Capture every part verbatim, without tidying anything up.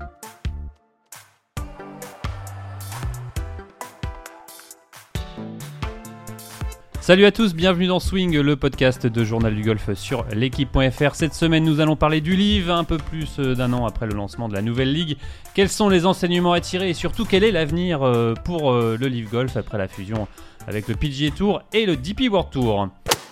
Salut à tous, bienvenue dans Swing, le podcast de Journal du Golf sur l'équipe point f r. Cette semaine, nous allons parler du Live, un peu plus d'un an après le lancement de la nouvelle ligue. Quels sont les enseignements à tirer et surtout quel est l'avenir pour le Live Golf après la fusion avec le P G A Tour et le D P World Tour.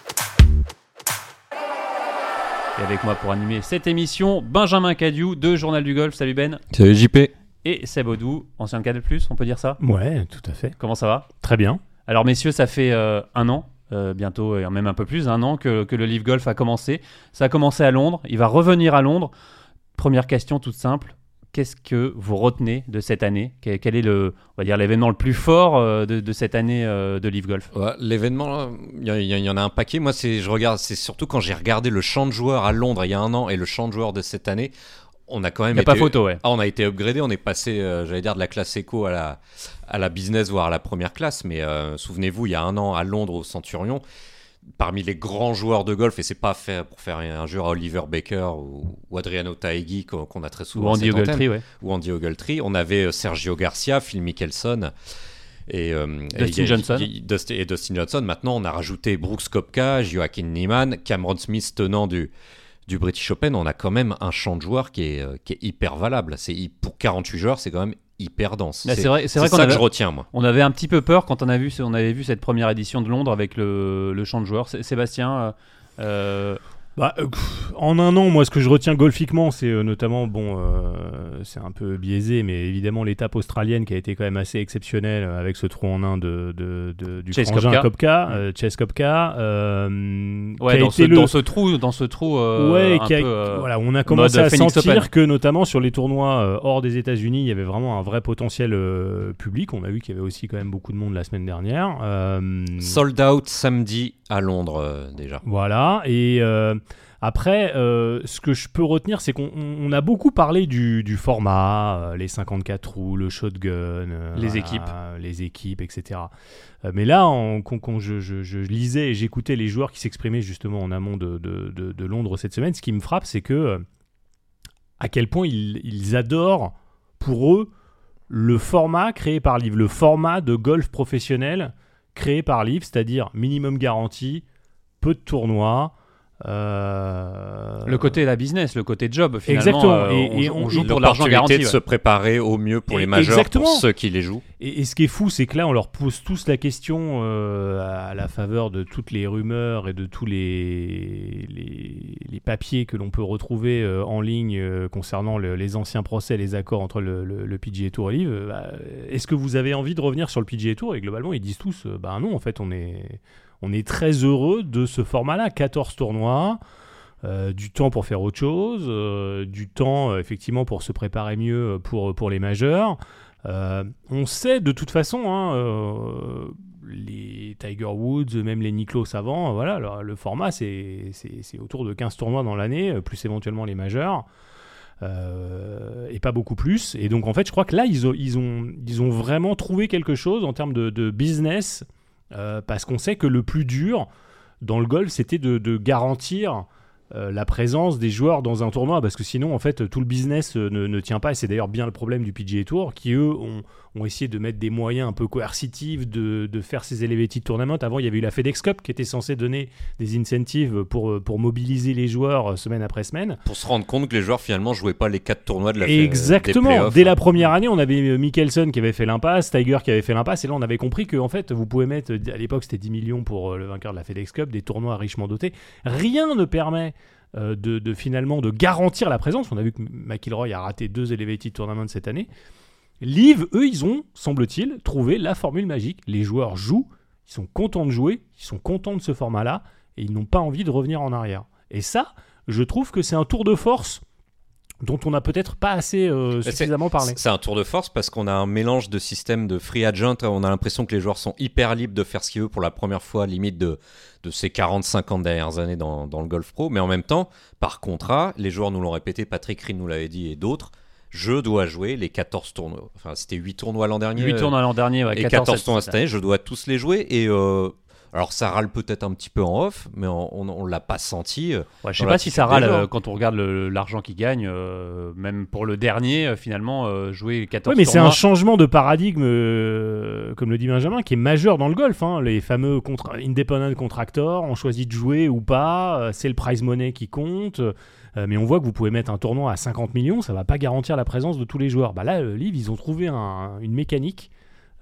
Et avec moi pour animer cette émission, Benjamin Cadieux de Journal du Golf. Salut Ben. Salut J P. Et Seb Audou, ancien de Canal plus, on peut dire ça ? Ouais, tout à fait. Comment ça va ? Très bien. Alors messieurs, ça fait euh, un an, euh, bientôt, et même un peu plus, un an que, que le Live Golf a commencé. Ça a commencé à Londres, il va revenir à Londres. Première question toute simple, qu'est-ce que vous retenez de cette année ? quel, quel est le, on va dire, l'événement le plus fort euh, de, de cette année euh, de Live Golf ? Ouais, l'événement, il y, y, y en a un paquet. Moi, c'est, je regarde, c'est surtout quand j'ai regardé le champ de joueurs à Londres il y a un an et le champ de joueurs de cette année. On a quand même il n'y a été, pas photo, ouais. Ah, on a été upgradé, on est passé, euh, j'allais dire, de la classe éco à la, à la business, voire à la première classe. Mais euh, souvenez-vous, il y a un an à Londres au Centurion, parmi les grands joueurs de golf, et c'est pas fait pour faire un jeu à Oliver Baker ou, ou Adriano Taegui qu'on, qu'on a très souvent. Ou Andy Ogletree, ouais. Ou Andy Ogletree. On avait Sergio Garcia, Phil Mickelson. Et, euh, Dustin et, Johnson. Et, Dustin, et Dustin Johnson. Maintenant, on a rajouté Brooks Koepka, Joaquin Niemann, Cameron Smith, tenant du. du British Open. On a quand même un champ de joueurs qui est, euh, qui est hyper valable. C'est, pour quarante-huit joueurs, c'est quand même hyper dense. Là, c'est, c'est vrai, c'est c'est vrai ça qu'on avait, que je retiens, moi. On avait un petit peu peur quand on, a vu, on avait vu cette première édition de Londres avec le, le champ de joueurs. Sébastien euh... Bah, euh, pff, en un an, moi, ce que je retiens golfiquement, c'est euh, notamment, bon, euh, c'est un peu biaisé, mais évidemment l'étape australienne qui a été quand même assez exceptionnelle euh, avec ce trou en un de, de, de, du Chase frangin Koepka, Koepka, mmh. euh, Chase Koepka. Euh, ouais, dans ce, le... dans ce trou, dans ce trou. Euh, ouais, un qui a, peu, euh, voilà, on a commencé à Phoenix sentir Open. que notamment sur les tournois euh, hors des États-Unis, il y avait vraiment un vrai potentiel euh, public. On a vu qu'il y avait aussi quand même beaucoup de monde la semaine dernière. Euh, Sold out samedi à Londres euh, déjà. Voilà, et euh, après, euh, ce que je peux retenir, c'est qu'on on a beaucoup parlé du, du format, euh, les cinquante-quatre trous, le shotgun, euh, les voilà, équipes, les équipes, et cetera. Euh, mais là, en, quand, quand je, je, je lisais et j'écoutais les joueurs qui s'exprimaient justement en amont de, de, de, de Londres cette semaine, ce qui me frappe, c'est que euh, à quel point ils, ils adorent, pour eux, le format créé par Live, le format de golf professionnel créé par Live, c'est-à-dire minimum garantie, peu de tournois. Euh... Le côté la business, le côté job, finalement. Exactement. Euh, et, on, et on, on joue pour de l'argent garanti. De ouais. se préparer au mieux pour et, les majeurs, exactement. pour ceux qui les jouent. Et, et ce qui est fou, c'est que là, on leur pose tous la question euh, à la faveur de toutes les rumeurs et de tous les, les, les papiers que l'on peut retrouver euh, en ligne euh, concernant le, les anciens procès, les accords entre le, le, le P G A Tour et Live. Bah, est-ce que vous avez envie de revenir sur le P G A Tour ? Et globalement, ils disent tous, euh, bah non, en fait, on est, on est très heureux de ce format-là, quatorze tournois. Euh, du temps pour faire autre chose, euh, du temps euh, effectivement pour se préparer mieux pour, pour les majeurs. Euh, on sait de toute façon, hein, euh, les Tiger Woods, même les Nicklaus avant, voilà, le, le format c'est, c'est, c'est autour de quinze tournois dans l'année, plus éventuellement les majeurs. Euh, et pas beaucoup plus. Et donc en fait je crois que là ils ont, ils ont, ils ont vraiment trouvé quelque chose en termes de, de business, euh, parce qu'on sait que le plus dur dans le golf c'était de, de garantir Euh, la présence des joueurs dans un tournoi, parce que sinon en fait tout le business euh, ne, ne tient pas, et c'est d'ailleurs bien le problème du P G A Tour qui eux ont, ont essayé de mettre des moyens un peu coercitifs de, de faire ces elevated tournaments. Avant il y avait eu la FedEx Cup qui était censée donner des incentives pour, pour mobiliser les joueurs semaine après semaine, pour se rendre compte que les joueurs finalement jouaient pas les quatre tournois de la exactement des playoffs. Dès la première année on avait Mickelson qui avait fait l'impasse, Tiger qui avait fait l'impasse, et là on avait compris que en fait vous pouvez mettre, à l'époque c'était dix millions pour le vainqueur de la FedEx Cup, des tournois richement dotés, rien ne permet Euh, de, de finalement de garantir la présence. On a vu que McIlroy a raté deux Elevated Tournaments cette année. Live, eux, ils ont, semble-t-il, trouvé la formule magique. Les joueurs jouent, ils sont contents de jouer, ils sont contents de ce format-là, et ils n'ont pas envie de revenir en arrière. Et ça, je trouve que c'est un tour de force dont on n'a peut-être pas assez euh, suffisamment c'est, parlé. C'est un tour de force parce qu'on a un mélange de système de free agent. On a l'impression que les joueurs sont hyper libres de faire ce qu'ils veulent pour la première fois, limite de, de ces quarante cinquante dernières années dans, dans le golf pro. Mais en même temps, par contrat, les joueurs nous l'ont répété, Patrick Reed nous l'avait dit et d'autres, je dois jouer les quatorze tournois. Enfin, c'était huit tournois l'an dernier. huit tournois l'an dernier, ouais, et quatorze, quatorze tournois cette année, je dois tous les jouer. Et... Euh, Alors ça râle peut-être un petit peu en off, mais on, on, on l'a pas senti. Euh, ouais, je sais pas si ça râle euh, quand on regarde le, l'argent qu'il gagne, euh, même pour le dernier, euh, finalement, euh, jouer quatorze ouais, mais tournois. C'est un changement de paradigme, euh, comme le dit Benjamin, qui est majeur dans le golf. Hein. Les fameux contra- independent contractors, on choisit de jouer ou pas, euh, c'est le prize money qui compte. Euh, mais on voit que vous pouvez mettre un tournoi à cinquante millions, ça va pas garantir la présence de tous les joueurs. Bah là, le Live, ils ont trouvé un, une mécanique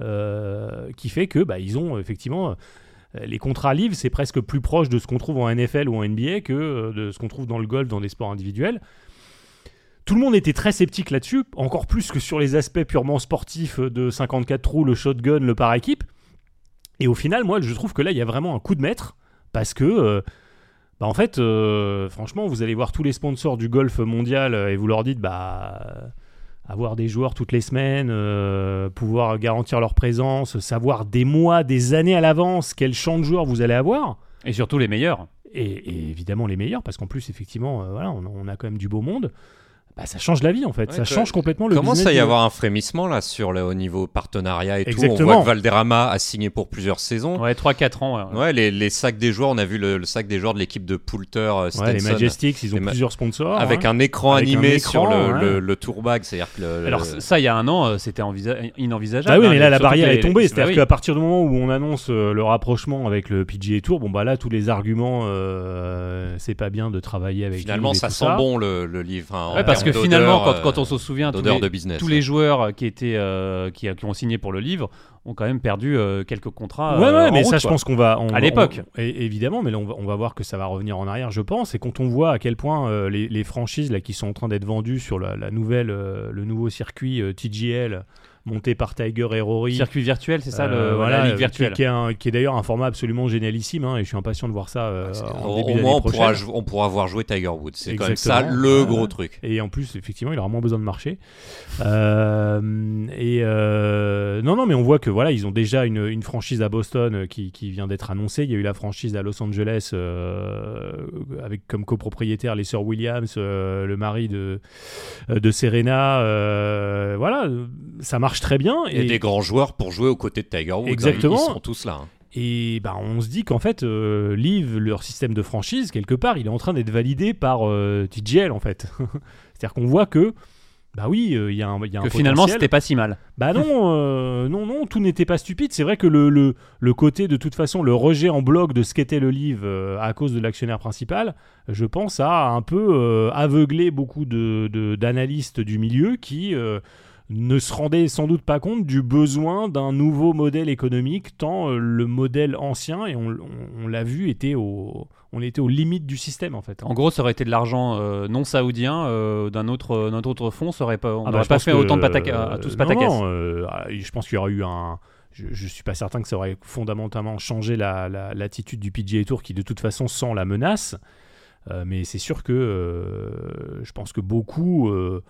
euh, qui fait que bah, ils ont effectivement... Les contrats Live, c'est presque plus proche de ce qu'on trouve en N F L ou en N B A que de ce qu'on trouve dans le golf, dans des sports individuels. Tout le monde était très sceptique là-dessus, encore plus que sur les aspects purement sportifs de cinquante-quatre trous, le shotgun, le par équipe. Et au final, moi, je trouve que là, il y a vraiment un coup de maître, parce que, euh, bah, en fait, euh, franchement, vous allez voir tous les sponsors du golf mondial et vous leur dites, bah... avoir des joueurs toutes les semaines, euh, pouvoir garantir leur présence, savoir des mois, des années à l'avance quel champ de joueurs vous allez avoir. Et surtout les meilleurs. Et, et évidemment les meilleurs, parce qu'en plus, effectivement, euh, voilà, on, on a quand même du beau monde. Bah, ça change la vie, en fait. Ouais, ça que, change complètement le business. Commence à y du... avoir un frémissement là, sur le, au niveau partenariat et Exactement. tout. On voit que Valderrama a signé pour plusieurs saisons. Ouais, trois quatre ans. Ouais, ouais les, les sacs des joueurs, on a vu le, le sac des joueurs de l'équipe de Poulter, euh, Stenson. Ouais, les Majestics, ils ont ma... plusieurs sponsors. Avec hein. un écran Avec animé un écran, sur le, ouais. le, le tourbag. C'est-à-dire que le, Alors, le... ça, il y a un an, c'était envisa- inenvisageable. Bah oui, hein, mais là, la surtout barrière les... est tombée. C'est-à-dire bah oui. qu'à partir du moment où on annonce euh, le rapprochement avec le P G A Tour, bon, bah là, tous les arguments, euh, c'est pas bien de travailler avec Finalement, ça sent ça. bon le, le livre. Hein, ouais, parce que d'odeur, finalement, quand, euh, quand on se souvient, tous les, de business, tous hein. les joueurs qui, étaient, euh, qui, qui ont signé pour le livre ont quand même perdu euh, quelques contrats. Ouais, euh, ouais, en mais route, ça, je quoi. pense qu'on va. On, à l'époque. on, et, évidemment, mais là, on va, on va voir que ça va revenir en arrière, je pense. Et quand on voit à quel point euh, les, les franchises là, qui sont en train d'être vendues sur la, la nouvelle, euh, le nouveau circuit euh, T G L monté par Tiger et Rory. Circuit virtuel, c'est ça, euh, le, voilà, la ligue virtuelle. Qui, qui, est un, qui est d'ailleurs un format absolument génialissement, hein, et je suis impatient de voir ça. Euh, en au début au d'année moins, on prochaine. pourra, jou- on pourra voir jouer Tiger Woods. C'est quand même ça Exactement. le Euh, gros truc. Et en plus, effectivement, il aura moins besoin de marcher. Euh, et euh, non, non, mais on voit que voilà, ils ont déjà une, une franchise à Boston qui, qui vient d'être annoncée. Il y a eu la franchise à Los Angeles euh, avec comme copropriétaire les sœurs Williams, euh, le mari de, de Serena. Euh, voilà, ça marche très bien. Il y a et des grands joueurs pour jouer aux côtés de Tiger Woods. Exactement. Ils sont tous là. Hein. Et bah, on se dit qu'en fait, euh, Live, leur système de franchise, quelque part, il est en train d'être validé par euh, T G L, en fait. C'est-à-dire qu'on voit que, bah oui, il euh, y a un, y a un que finalement, potentiel. c'était pas si mal. Bah non, euh, non, non, tout n'était pas stupide. C'est vrai que le, le, le côté, de toute façon, le rejet en bloc de ce qu'était le Live euh, à cause de l'actionnaire principal, je pense, a un peu euh, aveuglé beaucoup de, de, d'analystes du milieu qui... Euh, ne se rendait sans doute pas compte du besoin d'un nouveau modèle économique, tant euh, le modèle ancien, et on, on, on l'a vu, était au, on était aux limites du système en fait. En gros, ça aurait été de l'argent euh, non saoudien euh, d'un autre, d'un autre fonds, ça aurait pas, on Ah n'aurait bah, pas fait que, autant de pataquès, euh, tous non, pataquès. non, euh, je pense qu'il y aurait eu un... Je, je suis pas certain que ça aurait fondamentalement changé la, la, l'attitude du P G A Tour qui de toute façon sent la menace, euh, mais c'est sûr que euh, je pense que beaucoup... Euh,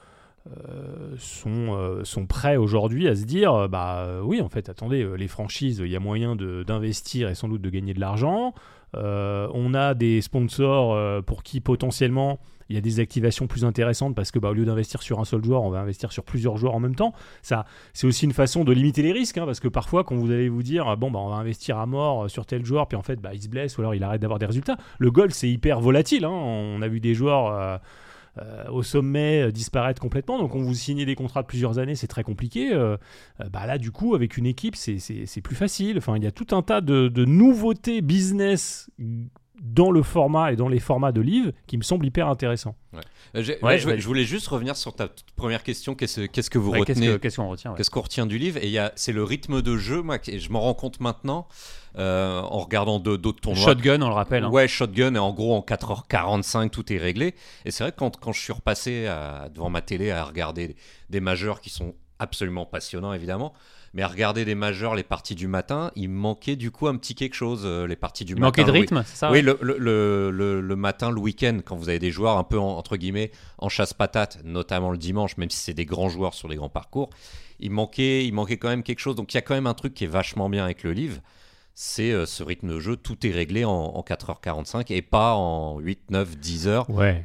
Euh, sont, euh, sont prêts aujourd'hui à se dire euh, bah euh, oui en fait attendez euh, les franchises il y a moyen de, d'investir et sans doute de gagner de l'argent, euh, on a des sponsors euh, pour qui potentiellement il y a des activations plus intéressantes parce que bah, au lieu d'investir sur un seul joueur on va investir sur plusieurs joueurs en même temps. Ça, c'est aussi une façon de limiter les risques, hein, parce que parfois quand vous allez vous dire bon bah on va investir à mort sur tel joueur puis en fait bah, il se blesse ou alors il arrête d'avoir des résultats. Le golf c'est hyper volatile, hein. On a vu des joueurs euh, Euh, au sommet euh, disparaître complètement, donc on vous signe des contrats de plusieurs années, c'est très compliqué. Euh, euh, bah là du coup avec une équipe c'est, c'est, c'est plus facile. Enfin il y a tout un tas de, de nouveautés business dans le format et dans les formats de Live qui me semblent hyper intéressants. Ouais. Euh, j'ai, ouais, ouais, je, je voulais juste revenir sur ta toute première question. Qu'est-ce, qu'est-ce que vous ouais, retenez qu'est-ce, que, qu'est-ce qu'on retient ouais. Qu'est-ce qu'on retient du livre? Et y a, c'est le rythme de jeu, moi, et je m'en rends compte maintenant euh, en regardant de, d'autres tournois. Shotgun, on le rappelle. Hein. Ouais, shotgun, et en gros en quatre heures quarante-cinq, tout est réglé. Et c'est vrai que quand, quand je suis repassé à, devant ma télé à regarder des, des majeurs qui sont absolument passionnants, évidemment, mais à regarder des majeurs, les parties du matin, il me manquait du coup un petit quelque chose, euh, les parties du il matin. manquait de rythme, oui. c'est ça? Oui, le, le, le, le, le matin, le week-end, quand vous avez des joueurs un peu en, entre guillemets en chasse-patate, notamment le dimanche, même si c'est des grands joueurs sur des grands parcours, il manquait, il manquait quand même quelque chose. Donc il y a quand même un truc qui est vachement bien avec le livre, c'est euh, ce rythme de jeu, tout est réglé en, en quatre heures quarante-cinq et pas en huit, neuf, dix heures. Ouais.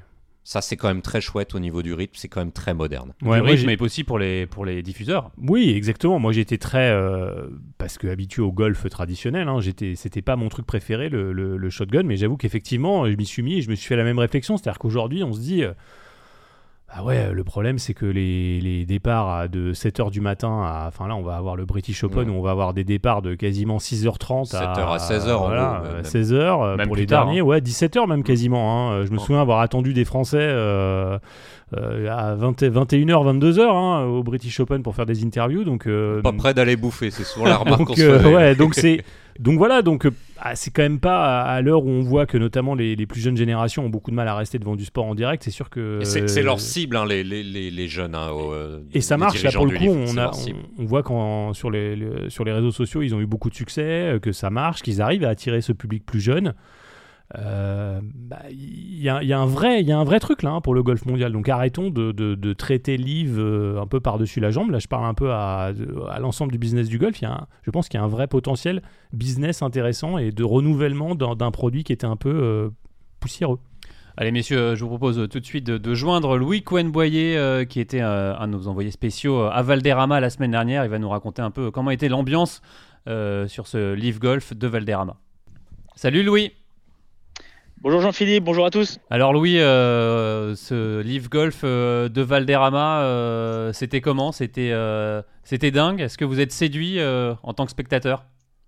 Ça, c'est quand même très chouette au niveau du rythme, c'est quand même très moderne. Ouais, moi, rythme, j'ai- mais aussi pour les, pour les diffuseurs. Oui, exactement. Moi, j'étais très euh, parce que habitué au golf traditionnel. Hein, j'étais, c'était pas mon truc préféré, le, le- le shotgun. Mais j'avoue qu'effectivement, je m'y suis mis et je me suis fait la même réflexion. C'est-à-dire qu'aujourd'hui, on se dit, euh, ah ouais, le problème, c'est que les, les départs à- de sept heures du matin, à, enfin là, on va avoir le British Open Ouais. où on va avoir des départs de quasiment six heures trente à sept heures à seize heures, en voilà, gros, euh, même. seize heures euh, Même pour plus les tard, derniers, ouais, dix-sept heures même quasiment. Hein. Je me Oh. souviens avoir attendu des Français euh, euh, à vingt, vingt et une heures, vingt-deux heures hein, au British Open pour faire des interviews. Donc, euh, Pas près d'aller bouffer, c'est souvent la remarque qu'on donc, se euh, faisait. ouais, donc c'est donc voilà donc euh, ah, c'est quand même pas à, à l'heure où on voit que notamment les, les plus jeunes générations ont beaucoup de mal à rester devant du sport en direct. C'est sûr que Et c'est, c'est leur cible, hein, les, les, les, les jeunes. Hein, au, euh, et ça les marche là dirigeants pour le du coup. livre, On, c'est a, leur cible. on, on voit qu'en sur les, les- sur les réseaux sociaux ils ont eu beaucoup de succès, euh, que ça marche, qu'ils arrivent à attirer ce public plus jeune. Euh, bah, Il y, a- il y a un vrai il y a un vrai truc là hein, pour le golf mondial. Donc arrêtons de, de, de traiter Liv euh, un peu par-dessus la jambe. Là je parle un peu à, à l'ensemble du business du golf. Il y a un- je pense qu'il y a un vrai potentiel business intéressant et de renouvellement d'un, d'un produit qui était un peu euh, poussiéreux. Allez messieurs, euh, je vous propose euh, tout de suite de, de joindre Louis Cohen-Boyer, euh, qui était euh, un de nos envoyés spéciaux euh, à Valderrama la semaine dernière. Il va nous raconter un peu comment était l'ambiance euh, sur ce Live Golf de Valderrama. Salut Louis. Bonjour Jean-Philippe, bonjour à tous. Alors Louis, euh, ce Live Golf euh, de Valderrama, euh, c'était comment? C'était, euh, c'était dingue. Est-ce que vous êtes séduit euh, en tant que spectateur?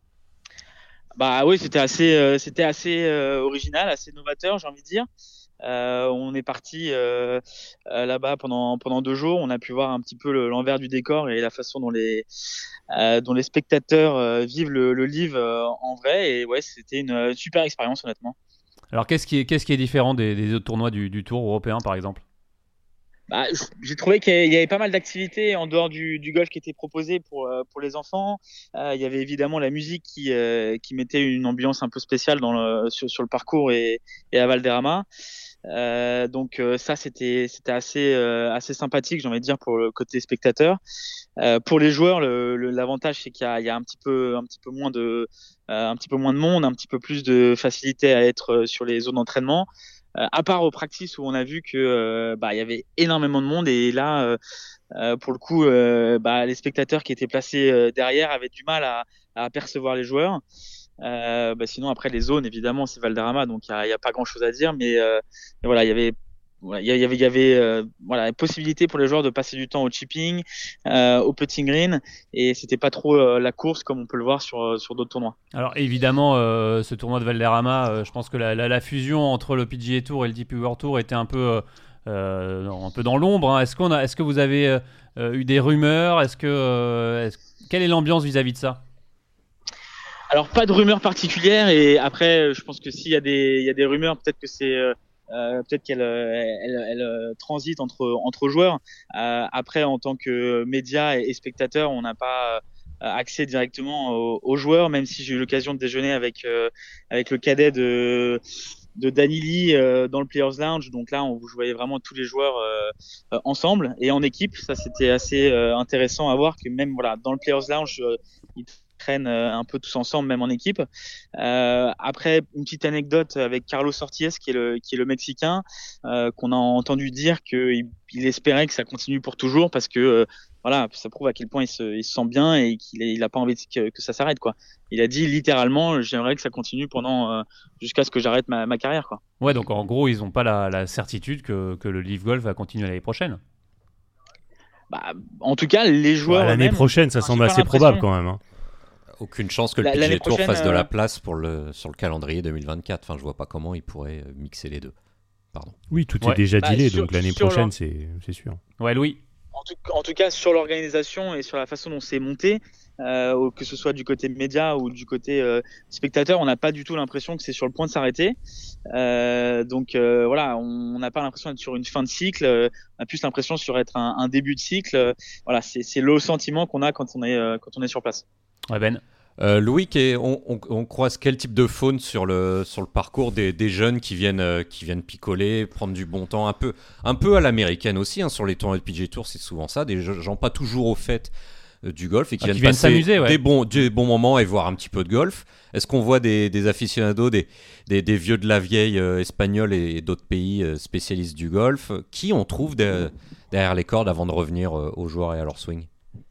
Bah oui, c'était assez, euh, c'était assez euh, original, assez novateur, j'ai envie de dire. Euh, on est parti euh, euh, là-bas pendant pendant deux jours. On a pu voir un petit peu le- l'envers du décor et la façon dont les euh, dont les spectateurs euh, vivent le, le live euh, en vrai. Et ouais, c'était une euh, super expérience honnêtement. Alors qu'est-ce qui est, qu'est-ce qui est différent des, des autres tournois du, du Tour européen par exemple? Bah, j'ai trouvé qu'il y avait pas mal d'activités en dehors du, du golf qui étaient proposées pour euh, pour les enfants. Euh, il y avait évidemment la musique qui euh, qui mettait une ambiance un peu spéciale dans le sur, sur le parcours et, et à Valderrama. Euh, donc euh, ça c'était c'était assez euh, assez sympathique, j'ai envie de dire, pour le côté spectateur. Euh, pour les joueurs, le, le- l'avantage c'est qu'il y a, il y a un petit peu un petit peu moins de euh, un petit peu moins de monde, un petit peu plus de facilité à être euh, sur les zones d'entraînement. Euh, à part au practice où on a vu que euh, bah il y avait énormément de monde et là euh, euh, pour le coup euh, bah les spectateurs qui étaient placés euh, derrière avaient du mal à, à apercevoir les joueurs. Euh, bah sinon après les zones évidemment c'est Valderrama donc il y a, il y a pas grand chose à dire mais, euh, mais voilà il y avait voilà, il y avait il y avait euh, voilà possibilité pour les joueurs de passer du temps au chipping, euh, au putting green et c'était pas trop euh, la course comme on peut le voir sur sur d'autres tournois. Alors évidemment, euh, ce tournoi de Valderrama, euh, je pense que la, la, la fusion entre le P G A Tour et le D P World Tour était un peu, euh, euh, un peu dans l'ombre. Hein. Est-ce qu'on a, est-ce que vous avez euh, euh, eu des rumeurs? Est-ce que, euh, est-ce- quelle est l'ambiance vis-à-vis de ça? Alors pas de rumeurs particulières et après je pense que s'il y a des il y a des rumeurs peut-être que c'est euh, euh, peut-être qu'elle euh, elle, elle, euh, transite entre entre joueurs. Euh, après en tant que média et, et spectateur on n'a pas euh, accès directement aux, aux joueurs même si j'ai eu l'occasion de déjeuner avec euh, avec le cadet de de Danny Lee euh, dans le Players Lounge donc là on vous voyait vraiment tous les joueurs euh, euh, ensemble et en équipe ça c'était assez euh, intéressant à voir que même voilà dans le Players Lounge euh, ils traînent euh, un peu tous ensemble, même en équipe. Euh, après, une petite anecdote avec Carlos Ortiz, qui est le, qui est le Mexicain, euh, qu'on a entendu dire qu'il il espérait que ça continue pour toujours parce que euh, voilà, ça prouve à quel point il se, il se sent bien et qu'il est, il a pas envie que, que ça s'arrête, quoi. Il a dit littéralement, j'aimerais que ça continue pendant euh, jusqu'à ce que j'arrête ma, ma carrière, quoi. Ouais, donc en gros, ils n'ont pas la, la certitude que, que le Live Golf va continuer l'année prochaine. Bah, en tout cas, les joueurs. Ouais, l'année eux-mêmes, prochaine, ça j'ai semble pas assez l'impression- probable quand même. Hein. Aucune chance que le La- P G A l'année Tour prochaine, fasse de la euh, place pour le, sur le calendrier deux mille vingt-quatre. Enfin, je vois pas comment ils pourraient euh, mixer les deux. Pardon. Oui, tout Ouais. est déjà Bah, dealé, sur- donc l'année sur prochaine, leur- c'est c'est sûr. Ouais, Louis. En tout, en tout cas, sur l'organisation et sur la façon dont c'est monté, euh, que ce soit du côté média ou du côté euh, spectateur, on n'a pas du tout l'impression que c'est sur le point de s'arrêter. Euh, donc euh, voilà, on n'a pas l'impression d'être sur une fin de cycle, euh, on a plus l'impression sur être un, un début de cycle. Euh, voilà, c'est c'est le sentiment qu'on a quand on est euh, quand on est sur place. Ouais, Ben. Euh, Louis, qu'est- on, on, on croise quel type de faune sur le, sur le parcours des, des jeunes qui viennent, euh, qui viennent picoler, prendre du bon temps, un peu, un peu à l'américaine aussi, hein, sur les tournois de P G A Tour, c'est souvent ça, des gens pas toujours au fait euh, du golf et qui Ah, viennent qui viennent passer s'amuser, ouais. des, bons, des bons moments et voir un petit peu de golf. Est-ce qu'on voit des, des aficionados, des, des, des vieux de la vieille euh, espagnols et, et d'autres pays euh, spécialistes du golf qui on trouve de, derrière les cordes avant de revenir euh, aux joueurs et à leur swing?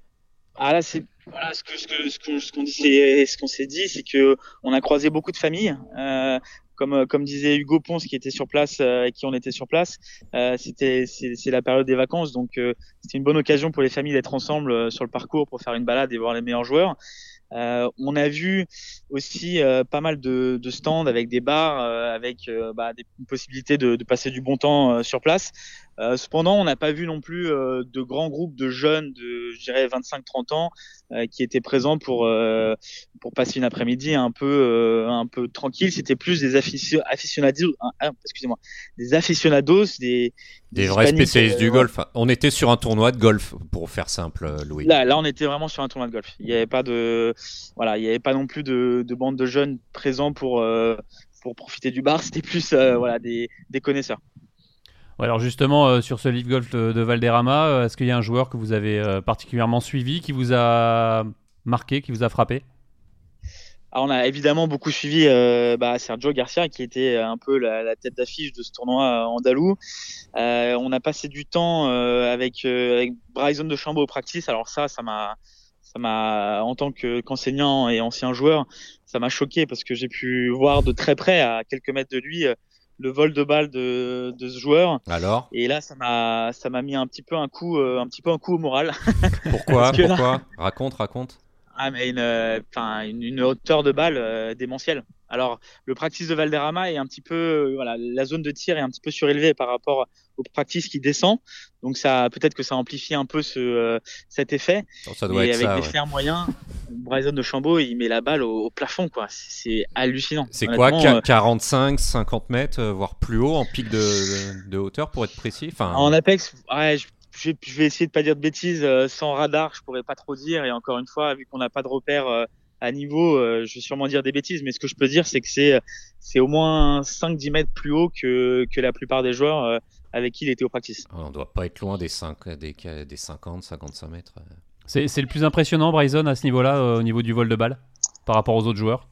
Ah là, c'est voilà ce que ce que ce qu'on ce qu'on disait- ce qu'on s'est dit, c'est que on a croisé beaucoup de familles. Euh, comme euh, comme disait Hugo Ponce qui était sur place, euh, avec qui on était sur place. Euh, c'était c'est c'est la période des vacances, donc euh, c'était une bonne occasion pour les familles d'être ensemble euh, sur le parcours pour faire une balade et voir les meilleurs joueurs. Euh, on a vu aussi euh, pas mal de, de stands avec des bars, euh, avec euh, bah, des possibilités de, de passer du bon temps euh, sur place. Euh, cependant, on n'a pas vu non plus euh, de grands groupes de jeunes de, je dirais, vingt-cinq trente ans euh, qui étaient présents pour euh, pour passer une après-midi un peu euh, un peu tranquille. C'était plus des aficio- aficionados, ah, excusez-moi, des aficionados, des Des vrais Hispaniques, spécialistes euh, du ouais. golf. On était sur un tournoi de golf, pour faire simple, euh, Louis. Là, là, on était vraiment sur un tournoi de golf. Il n'y avait pas de, voilà, il y avait pas non plus de, de bande de jeunes présents pour euh, pour profiter du bar. C'était plus, euh, voilà, des, des connaisseurs. Ouais, alors justement, euh, sur ce Live Golf de, de Valderrama, euh, est-ce qu'il y a un joueur que vous avez euh, particulièrement suivi, qui vous a marqué, qui vous a frappé? Alors, on a évidemment beaucoup suivi euh, bah, Sergio Garcia, qui était un peu la, la tête d'affiche de ce tournoi euh, andalou. Euh, on a passé du temps euh, avec, euh, avec Bryson DeChambeau au practice. Alors ça, ça m'a, ça m'a, en tant que, qu'enseignant et ancien joueur, ça m'a choqué parce que j'ai pu voir de très près, à quelques mètres de lui, euh, le vol de balle de, de ce joueur. Alors, Et là, ça m'a, ça m'a mis un petit peu un coup, euh, un petit peu un coup au moral. pourquoi, Parce que là- pourquoi Raconte, raconte. Ah, mais une, euh, enfin, une, une hauteur de balle euh, démentielle. Alors, le practice de Valderrama est un petit peu, euh, voilà, la zone de tir est un petit peu surélevée par rapport au practice qui descend. Donc, ça, peut-être que ça amplifie un peu ce, euh, cet effet. Oh, ça doit Mais être avec ça, des ouais. flares moyens, Bryson DeChambeau, il met la balle au, au plafond, quoi. C'est, c'est hallucinant. C'est quoi, Honnêtement, qua- euh, quarante-cinq, cinquante mètres, euh, voire plus haut en pic de, de, de hauteur pour être précis enfin, En Apex, ouais, je, je vais- je vais essayer de pas dire de bêtises. euh, sans radar, je pourrais pas trop dire. Et encore une fois, vu qu'on n'a pas de repère euh, à niveau, euh, je vais sûrement dire des bêtises. Mais ce que je peux dire, c'est que c'est c'est au moins cinq dix mètres plus haut que, que la plupart des joueurs euh, avec qui il était au practice. on doit pas être loin des, cinq, des, des cinquante, cinquante-cinq mètres. euh. C'est, c'est le plus impressionnant, Bryson, à ce niveau-là, euh, au niveau du vol de balle, par rapport aux autres joueurs?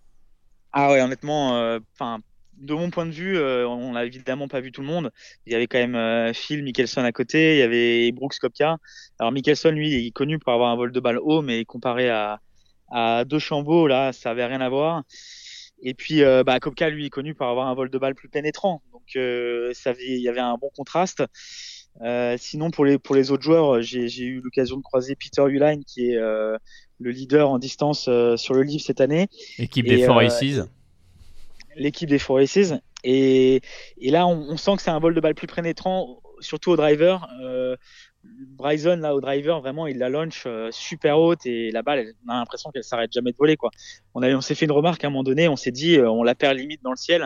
Ah ouais, honnêtement, euh, enfin. de mon point de vue, euh, on n'a évidemment pas vu tout le monde. Il y avait quand même euh, Phil Mickelson à côté, il y avait Brooks Koepka. Alors Mickelson, lui, il est connu pour avoir un vol de balle haut, mais comparé à, à DeChambeau, là, ça avait rien à voir. Et puis, euh, bah, Koepka, lui, est connu pour avoir un vol de balle plus pénétrant. Donc, euh, ça avait, il y avait un bon contraste. Euh, sinon, pour les, pour les autres joueurs, j'ai, j'ai eu l'occasion de croiser Peter Uihlein, qui est euh, le leader en distance euh, sur le livre cette année. Équipe Et, des Four euh, Aces. l'équipe des Four Aces. Et, et là, on, on sent que c'est un vol de balle plus pénétrant, surtout au driver. Euh, Bryson, là, au driver, vraiment, il la launch euh, super haute et la balle, elle- on a l'impression qu'elle s'arrête jamais de voler, quoi. On, a, on s'est fait une remarque à un moment donné, on s'est dit, euh, on la perd limite dans le ciel.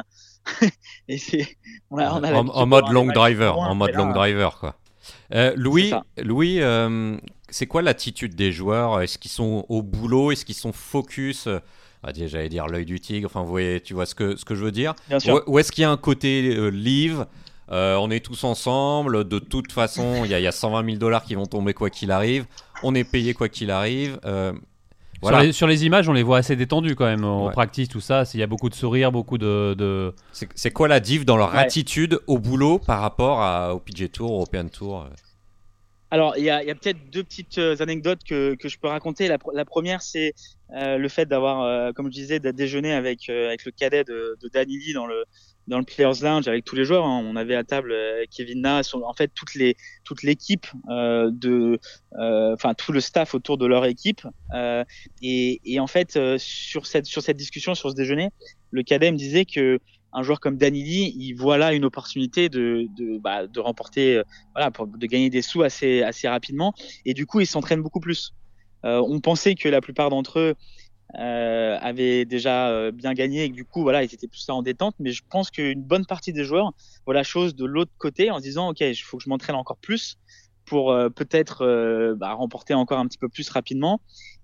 Et c'est, on a, on a en, l'habitude en de mode voir des long matchs driver, loin, en mode mais là, long driver, quoi. Euh, Louis, C'est ça. Louis euh, c'est quoi l'attitude des joueurs? Est-ce qu'ils sont au boulot? Est-ce qu'ils sont focus? euh, ah, J'allais dire l'œil du tigre, enfin vous voyez, tu vois ce que, ce que je veux dire? Bien sûr. Ou, ou est-ce qu'il y a un côté euh, live? Euh, on est tous ensemble, de toute façon, il y, a- il y a cent vingt mille dollars qui vont tomber quoi qu'il arrive. On est payé quoi qu'il arrive. Euh, voilà. Sur, les, sur les images, on les voit assez détendus quand même, au Ouais. practice, tout ça. Il y a beaucoup de sourires, beaucoup de... de... C'est c'est quoi la diff dans leur Ouais. attitude au boulot par rapport à, au P G A Tour, au European Tour? euh Alors, il y a, il y a peut-être deux petites euh, anecdotes que, que je peux raconter. La, pr- la première, c'est euh, le fait d'avoir, euh, comme je disais, de déjeuner avec, euh, avec le cadet de, de Danny Lee dans le, dans le Players Lounge avec tous les joueurs. Hein. On avait à table euh, Kevin Na, sur- en fait, toute, les, toute l'équipe, euh, de, euh, enfin, tout le staff autour de leur équipe. Euh, et, et en fait, euh, sur, cette, sur cette discussion, sur ce déjeuner, le cadet me disait que un joueur comme Danny Lee, il voit là une opportunité de, de, bah, de remporter, euh, voilà, pour, de gagner des sous assez, assez rapidement. Et du coup, ils s'entraînent beaucoup plus. Euh, on pensait que la plupart d'entre eux euh, avaient déjà euh, bien gagné et que du coup, voilà, ils étaient plus là en détente. Mais je pense qu'une bonne partie des joueurs voient la chose de l'autre côté en se disant, OK, il faut que je m'entraîne encore plus pour euh, peut-être euh, bah, remporter encore un petit peu plus rapidement.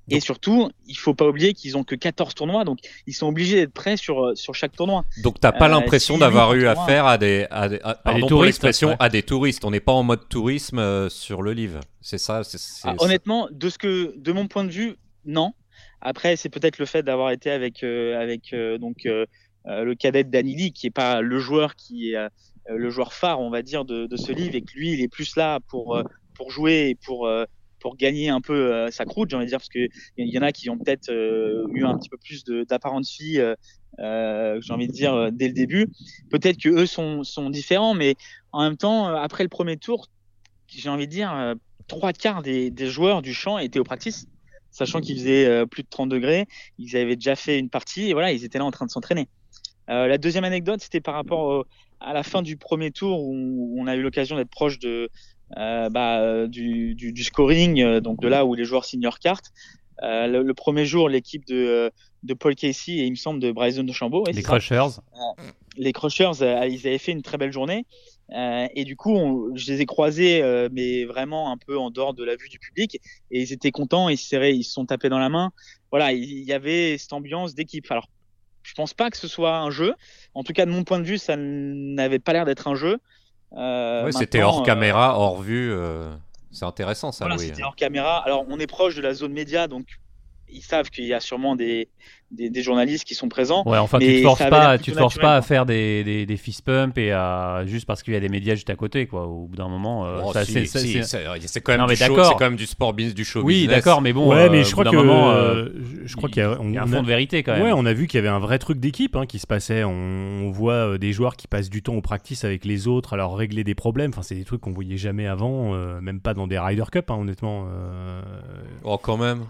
Et surtout, il faut pas oublier qu'ils ont que quatorze tournois, donc ils sont obligés d'être prêts sur, sur chaque tournoi. Donc t'as pas Euh, l'impression si d'avoir lui, eu un tournoi- affaire à des, à des, à- pardon des pour touristes, l'expression, ouais. à des touristes. On n'est pas en mode tourisme euh, sur le livre. C'est ça. C'est, c'est- Ah, honnêtement, de ce que, de mon point de vue, non. Après, c'est peut-être le fait d'avoir été avec euh, avec euh, donc euh, euh, le cadet Danili, qui est pas le joueur qui est euh, le joueur phare, on va dire, de, de ce livre, et que lui, il est plus là pour euh, pour jouer et pour euh, pour gagner un peu euh, sa croûte, j'ai envie de dire, parce que il y en a qui ont peut-être euh, eu un petit peu plus de, d'apparence fille, euh, euh, j'ai envie de dire, euh, dès le début. Peut-être que eux sont sont différents, mais en même temps, euh, après le premier tour, j'ai envie de dire, euh, trois quarts des, des joueurs du champ étaient au practice, sachant qu'il faisait euh, plus de trente degrés. Ils avaient déjà fait une partie et voilà, ils étaient là en train de s'entraîner. Euh, la deuxième anecdote, c'était par rapport au- à la fin du premier tour où on a eu l'occasion d'être proche de, euh, bah, euh, du, du, du scoring, euh, donc de là où les joueurs signent leurs cartes. Euh, le, le premier jour, l'équipe de, euh, de Paul Casey et il me semble de Bryson DeChambeau, ouais, Les c'est ça. Crushers. Les Crushers, euh, ils avaient fait une très belle journée. Euh, et du coup, on, je les ai croisés, euh, mais vraiment un peu en dehors de la vue du public. Et ils étaient contents, ils se serraient, ils se sont tapés dans la main. Voilà, il, il y avait cette ambiance d'équipe. Alors, je pense pas que ce soit un jeu. En tout cas, de mon point de vue, ça n'avait pas l'air d'être un jeu. Euh, Ouais, c'était maintenant, hors euh, caméra, hors vue. euh, C'est intéressant ça, voilà, oui. c'était hors caméra. Alors, on est proche de la zone média, donc ils savent qu'il y a sûrement des, des, des journalistes qui sont présents. Ouais, enfin, tu Mais te forces ça avait l'air pas, plutôt tu te forces naturel, pas à quoi. faire des, des, des fist pumps et à juste parce qu'il y a des médias juste à côté, quoi. Au bout d'un moment, euh, Oh, ça, si, c'est, ça, si, c'est- c'est, c'est quand même Non, mais du show, d'accord. c'est quand même du sport business, du show Oui, business. d'accord, mais bon. ouais, euh, mais au je bout crois d'un que moment, euh, euh, je, je crois qu'il y a, il y a un on fond a- de vérité quand même. Ouais, on a vu qu'il y avait un vrai truc d'équipe hein, qui se passait. On, on voit euh, des joueurs qui passent du temps au practice avec les autres, à leur régler des problèmes. Enfin, c'est des trucs qu'on voyait jamais avant, euh, même pas dans des Ryder Cup, hein, honnêtement. Euh... Oh, quand même.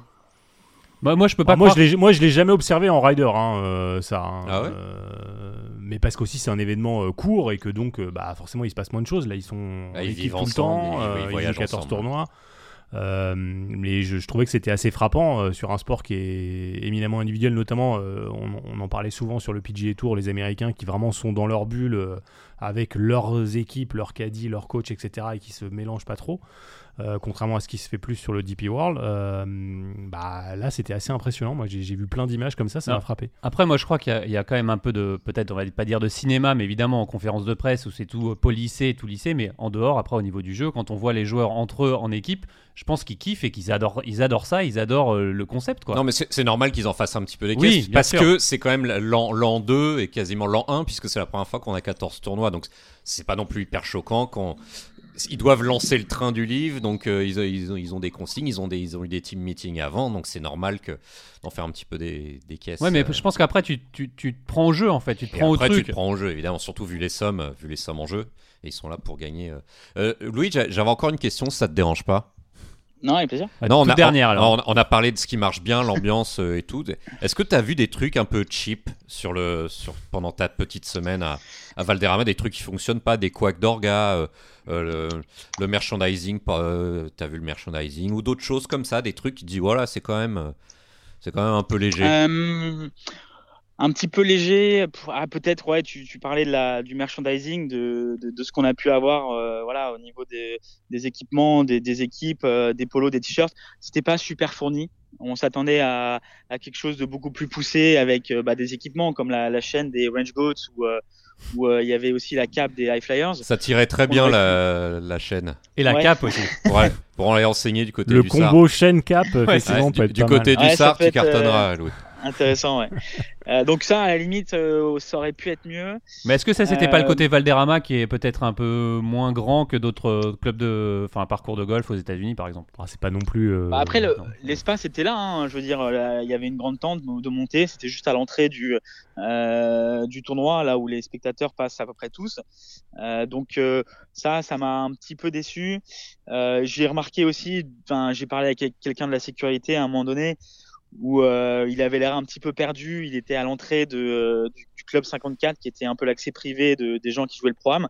Bah, moi, je peux pas Enfin, moi, croire- je l'ai, moi, je l'ai jamais observé en Ryder, hein, euh, ça. hein, Ah ouais euh, mais parce qu'aussi c'est un événement euh, court et que donc, euh, bah, forcément, il se passe moins de choses. Là, ils sont Ah, en ils équipe vivent tout le ensemble, temps. ils- euh, ils ils voyagent jouent quatorze ensemble. tournois. Euh, mais je, je trouvais que c'était assez frappant euh, sur un sport qui est éminemment individuel, notamment euh, on, on en parlait souvent sur le P G A Tour, les Américains qui vraiment sont dans leur bulle euh, avec leurs équipes, leurs caddies, leurs coachs, et cetera et qui se mélangent pas trop, euh, contrairement à ce qui se fait plus sur le D P World. Euh, bah, là c'était assez impressionnant, moi j'ai, j'ai vu plein d'images comme ça, ça Non. m'a frappé. Après, moi, je crois qu'il y a, il y a quand même un peu de, peut-être, on va pas dire de cinéma, mais évidemment en conférence de presse où c'est tout euh, policé, tout lissé, mais en dehors, après, au niveau du jeu, quand on voit les joueurs entre eux en équipe, je pense qu'ils kiffent et qu'ils adorent, ils adorent ça, ils adorent euh, le concept, quoi. Non, mais c'est, c'est normal qu'ils en fassent un petit peu des Oui, caisses, bien parce sûr. que c'est quand même l'an, l'an deux et quasiment l'an un, puisque c'est la première fois qu'on a quatorze tournois, donc c'est pas non plus hyper choquant quand ils doivent lancer le train du livre, donc euh, ils, ils, ont, ils ont des consignes, ils ont, des, ils ont eu des team meetings avant, donc c'est normal que, d'en faire un petit peu des, des caisses. Ouais, mais euh, je pense qu'après, tu, tu, tu te prends au jeu, en fait, tu te et prends après, au truc. tu te prends en jeu, évidemment, surtout vu les sommes, euh, vu les sommes en jeu, et ils sont là pour gagner. euh. Euh, Louis, j'a- j'avais encore une question, si ça te dérange pas. Non, avec plaisir. Ouais, Non, toute on a, dernière, on, alors. on- on a parlé de ce qui marche bien, l'ambiance euh, et tout. Est-ce que tu as vu des trucs un peu cheap sur le, sur, pendant ta petite semaine à, à Valderrama, des trucs qui fonctionnent pas, des couacs d'orga, euh, euh, le, le merchandising, euh, tu as vu le merchandising, ou d'autres choses comme ça, des trucs qui te disent voilà, c'est quand même, euh, c'est quand même un peu léger. Euh, un petit peu léger. Ah, peut-être, ouais, tu, tu parlais de la, du merchandising, de, de, de ce qu'on a pu avoir euh, voilà, au niveau des, des équipements, des, des équipes, euh, des polos, des t-shirts. C'était pas super fourni. On s'attendait à, à quelque chose de beaucoup plus poussé avec euh, bah, des équipements comme la, la chaîne des Range Goats où euh, où euh, il y avait aussi la cape des High Flyers. Ça tirait très bien la, la chaîne. Et la Ouais. cape aussi. Pour, aller- pour aller enseigner du côté Le du S A R. combo chaîne cap, effectivement, Ouais, peut du, être du pas côté mal. du Ouais, S ça A R, peut tu être, euh, cartonneras, Louis. Intéressant, ouais. euh, donc ça, à la limite, euh, ça aurait pu être mieux. Mais est-ce que ça, c'était pas le Euh, côté Valderrama qui est peut-être un peu moins grand que d'autres euh, clubs de. Enfin, parcours de golf aux États-Unis, par exemple? Ah, c'est pas non plus. euh, Bah, après, le- non. l'espace était là. Hein. Je veux dire, là, il y avait une grande tente de montée. C'était juste à l'entrée du euh, du tournoi, là où les spectateurs passent à peu près tous. Euh, donc euh, ça, ça m'a un petit peu déçu. Euh, j'ai remarqué aussi. Enfin, j'ai parlé avec quelqu'un de la sécurité à un moment donné où euh, il avait l'air un petit peu perdu. Il était à l'entrée de, euh, du, du club cinquante-quatre, qui était un peu l'accès privé de, des gens qui jouaient le programme.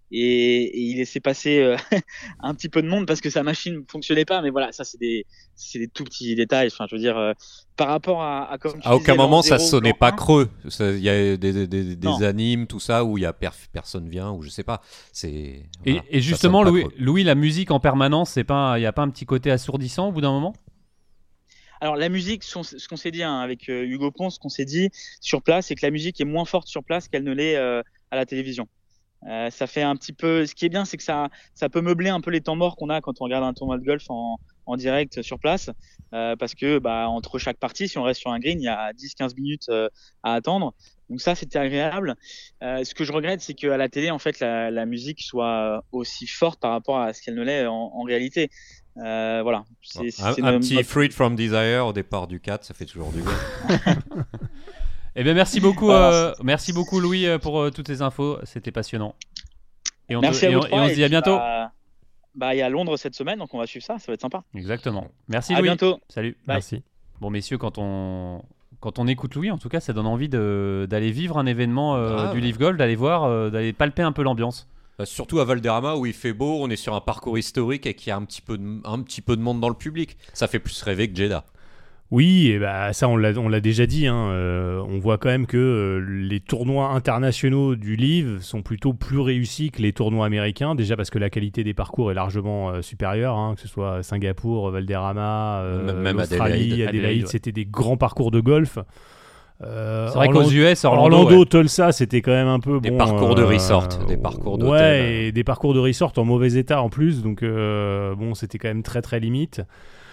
Et, et il laissait passer euh, un petit peu de monde parce que sa machine ne fonctionnait pas. Mais voilà, ça, c'est des, c'est des tout petits détails. Enfin, je veux dire, euh, par rapport à, à comme tu À aucun disais, l'an moment ça zéro, sonnait l'an pas un, creux. Ça- Il y a des, des, des, des Non. animes, tout ça, où il y a per- personne vient, ou je sais pas. C'est, Et, voilà, et ça justement, sonne pas Louis, creux. Louis, la musique en permanence, c'est pas, il y a pas un petit côté assourdissant au bout d'un moment? Alors la musique, ce qu'on s'est dit hein, avec euh, Hugo Pons, ce qu'on s'est dit sur place, c'est que la musique est moins forte sur place qu'elle ne l'est euh, à la télévision. Euh, ça fait un petit peu. Ce qui est bien, c'est que ça, ça peut meubler un peu les temps morts qu'on a quand on regarde un tournoi de golf en, en direct sur place, euh, parce que bah, entre chaque partie, si on reste sur un green, il y a dix quinze minutes euh, à attendre. Donc ça, c'était agréable. Euh, ce que je regrette, c'est qu'à la télé, en fait, la, la musique soit aussi forte par rapport à ce qu'elle ne l'est en, en réalité. Euh, voilà. C'est, un c'est un notre- petit notre- Freed from Desire au départ du quatre, ça fait toujours du bien. Eh bien, merci beaucoup, Voilà, euh, merci beaucoup Louis euh, pour euh, toutes ces infos. C'était passionnant. Et on, Merci te- à et vous on- et trois. on se dit à puis, bientôt. Bah, bah, il y a Londres cette semaine, donc on va suivre ça. Ça va être sympa. Exactement. Merci À Louis. bientôt. Salut. Bye. Merci. Bon, messieurs, quand on quand on écoute Louis, en tout cas, ça donne envie de d'aller vivre un événement euh, Ah, du ouais. Live Golf, d'aller voir, euh, d'aller palper un peu l'ambiance. Bah, surtout à Valderrama où il fait beau, on est sur un parcours historique et qu'il y a un petit peu de, un petit peu de monde dans le public. Ça fait plus rêver que Jeddah. Oui, et bah, ça on l'a, on l'a déjà dit, hein, euh, on voit quand même que euh, les tournois internationaux du Live sont plutôt plus réussis que les tournois américains, déjà parce que la qualité des parcours est largement euh, supérieure, hein, que ce soit Singapour, Valderrama, euh, Même- même l'Australie, Adélaïde. Adélaïde, Adélaïde, ouais. c'était des grands parcours de golf. Euh, C'est vrai Orlando- qu'aux U S, Orlando, Orlando, ouais. Tulsa, c'était quand même un peu Des bon, parcours de euh, resort, des parcours d'hôtel. Ouais, et des parcours de resort en mauvais état en plus, donc euh, bon, c'était quand même très très limite.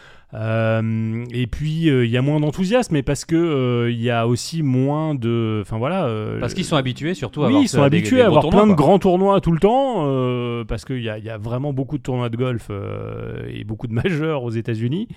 Euh, et puis il euh, y a moins d'enthousiasme, mais parce que euh, il y a aussi moins de, enfin voilà. euh, Parce qu'ils sont habitués surtout à oui, avoir ils ce- sont des- habitués des à gros avoir tournois, plein de quoi. grands tournois tout le temps, euh, parce qu'il y a, il y a vraiment beaucoup de tournois de golf euh, et beaucoup de majeurs aux États-Unis.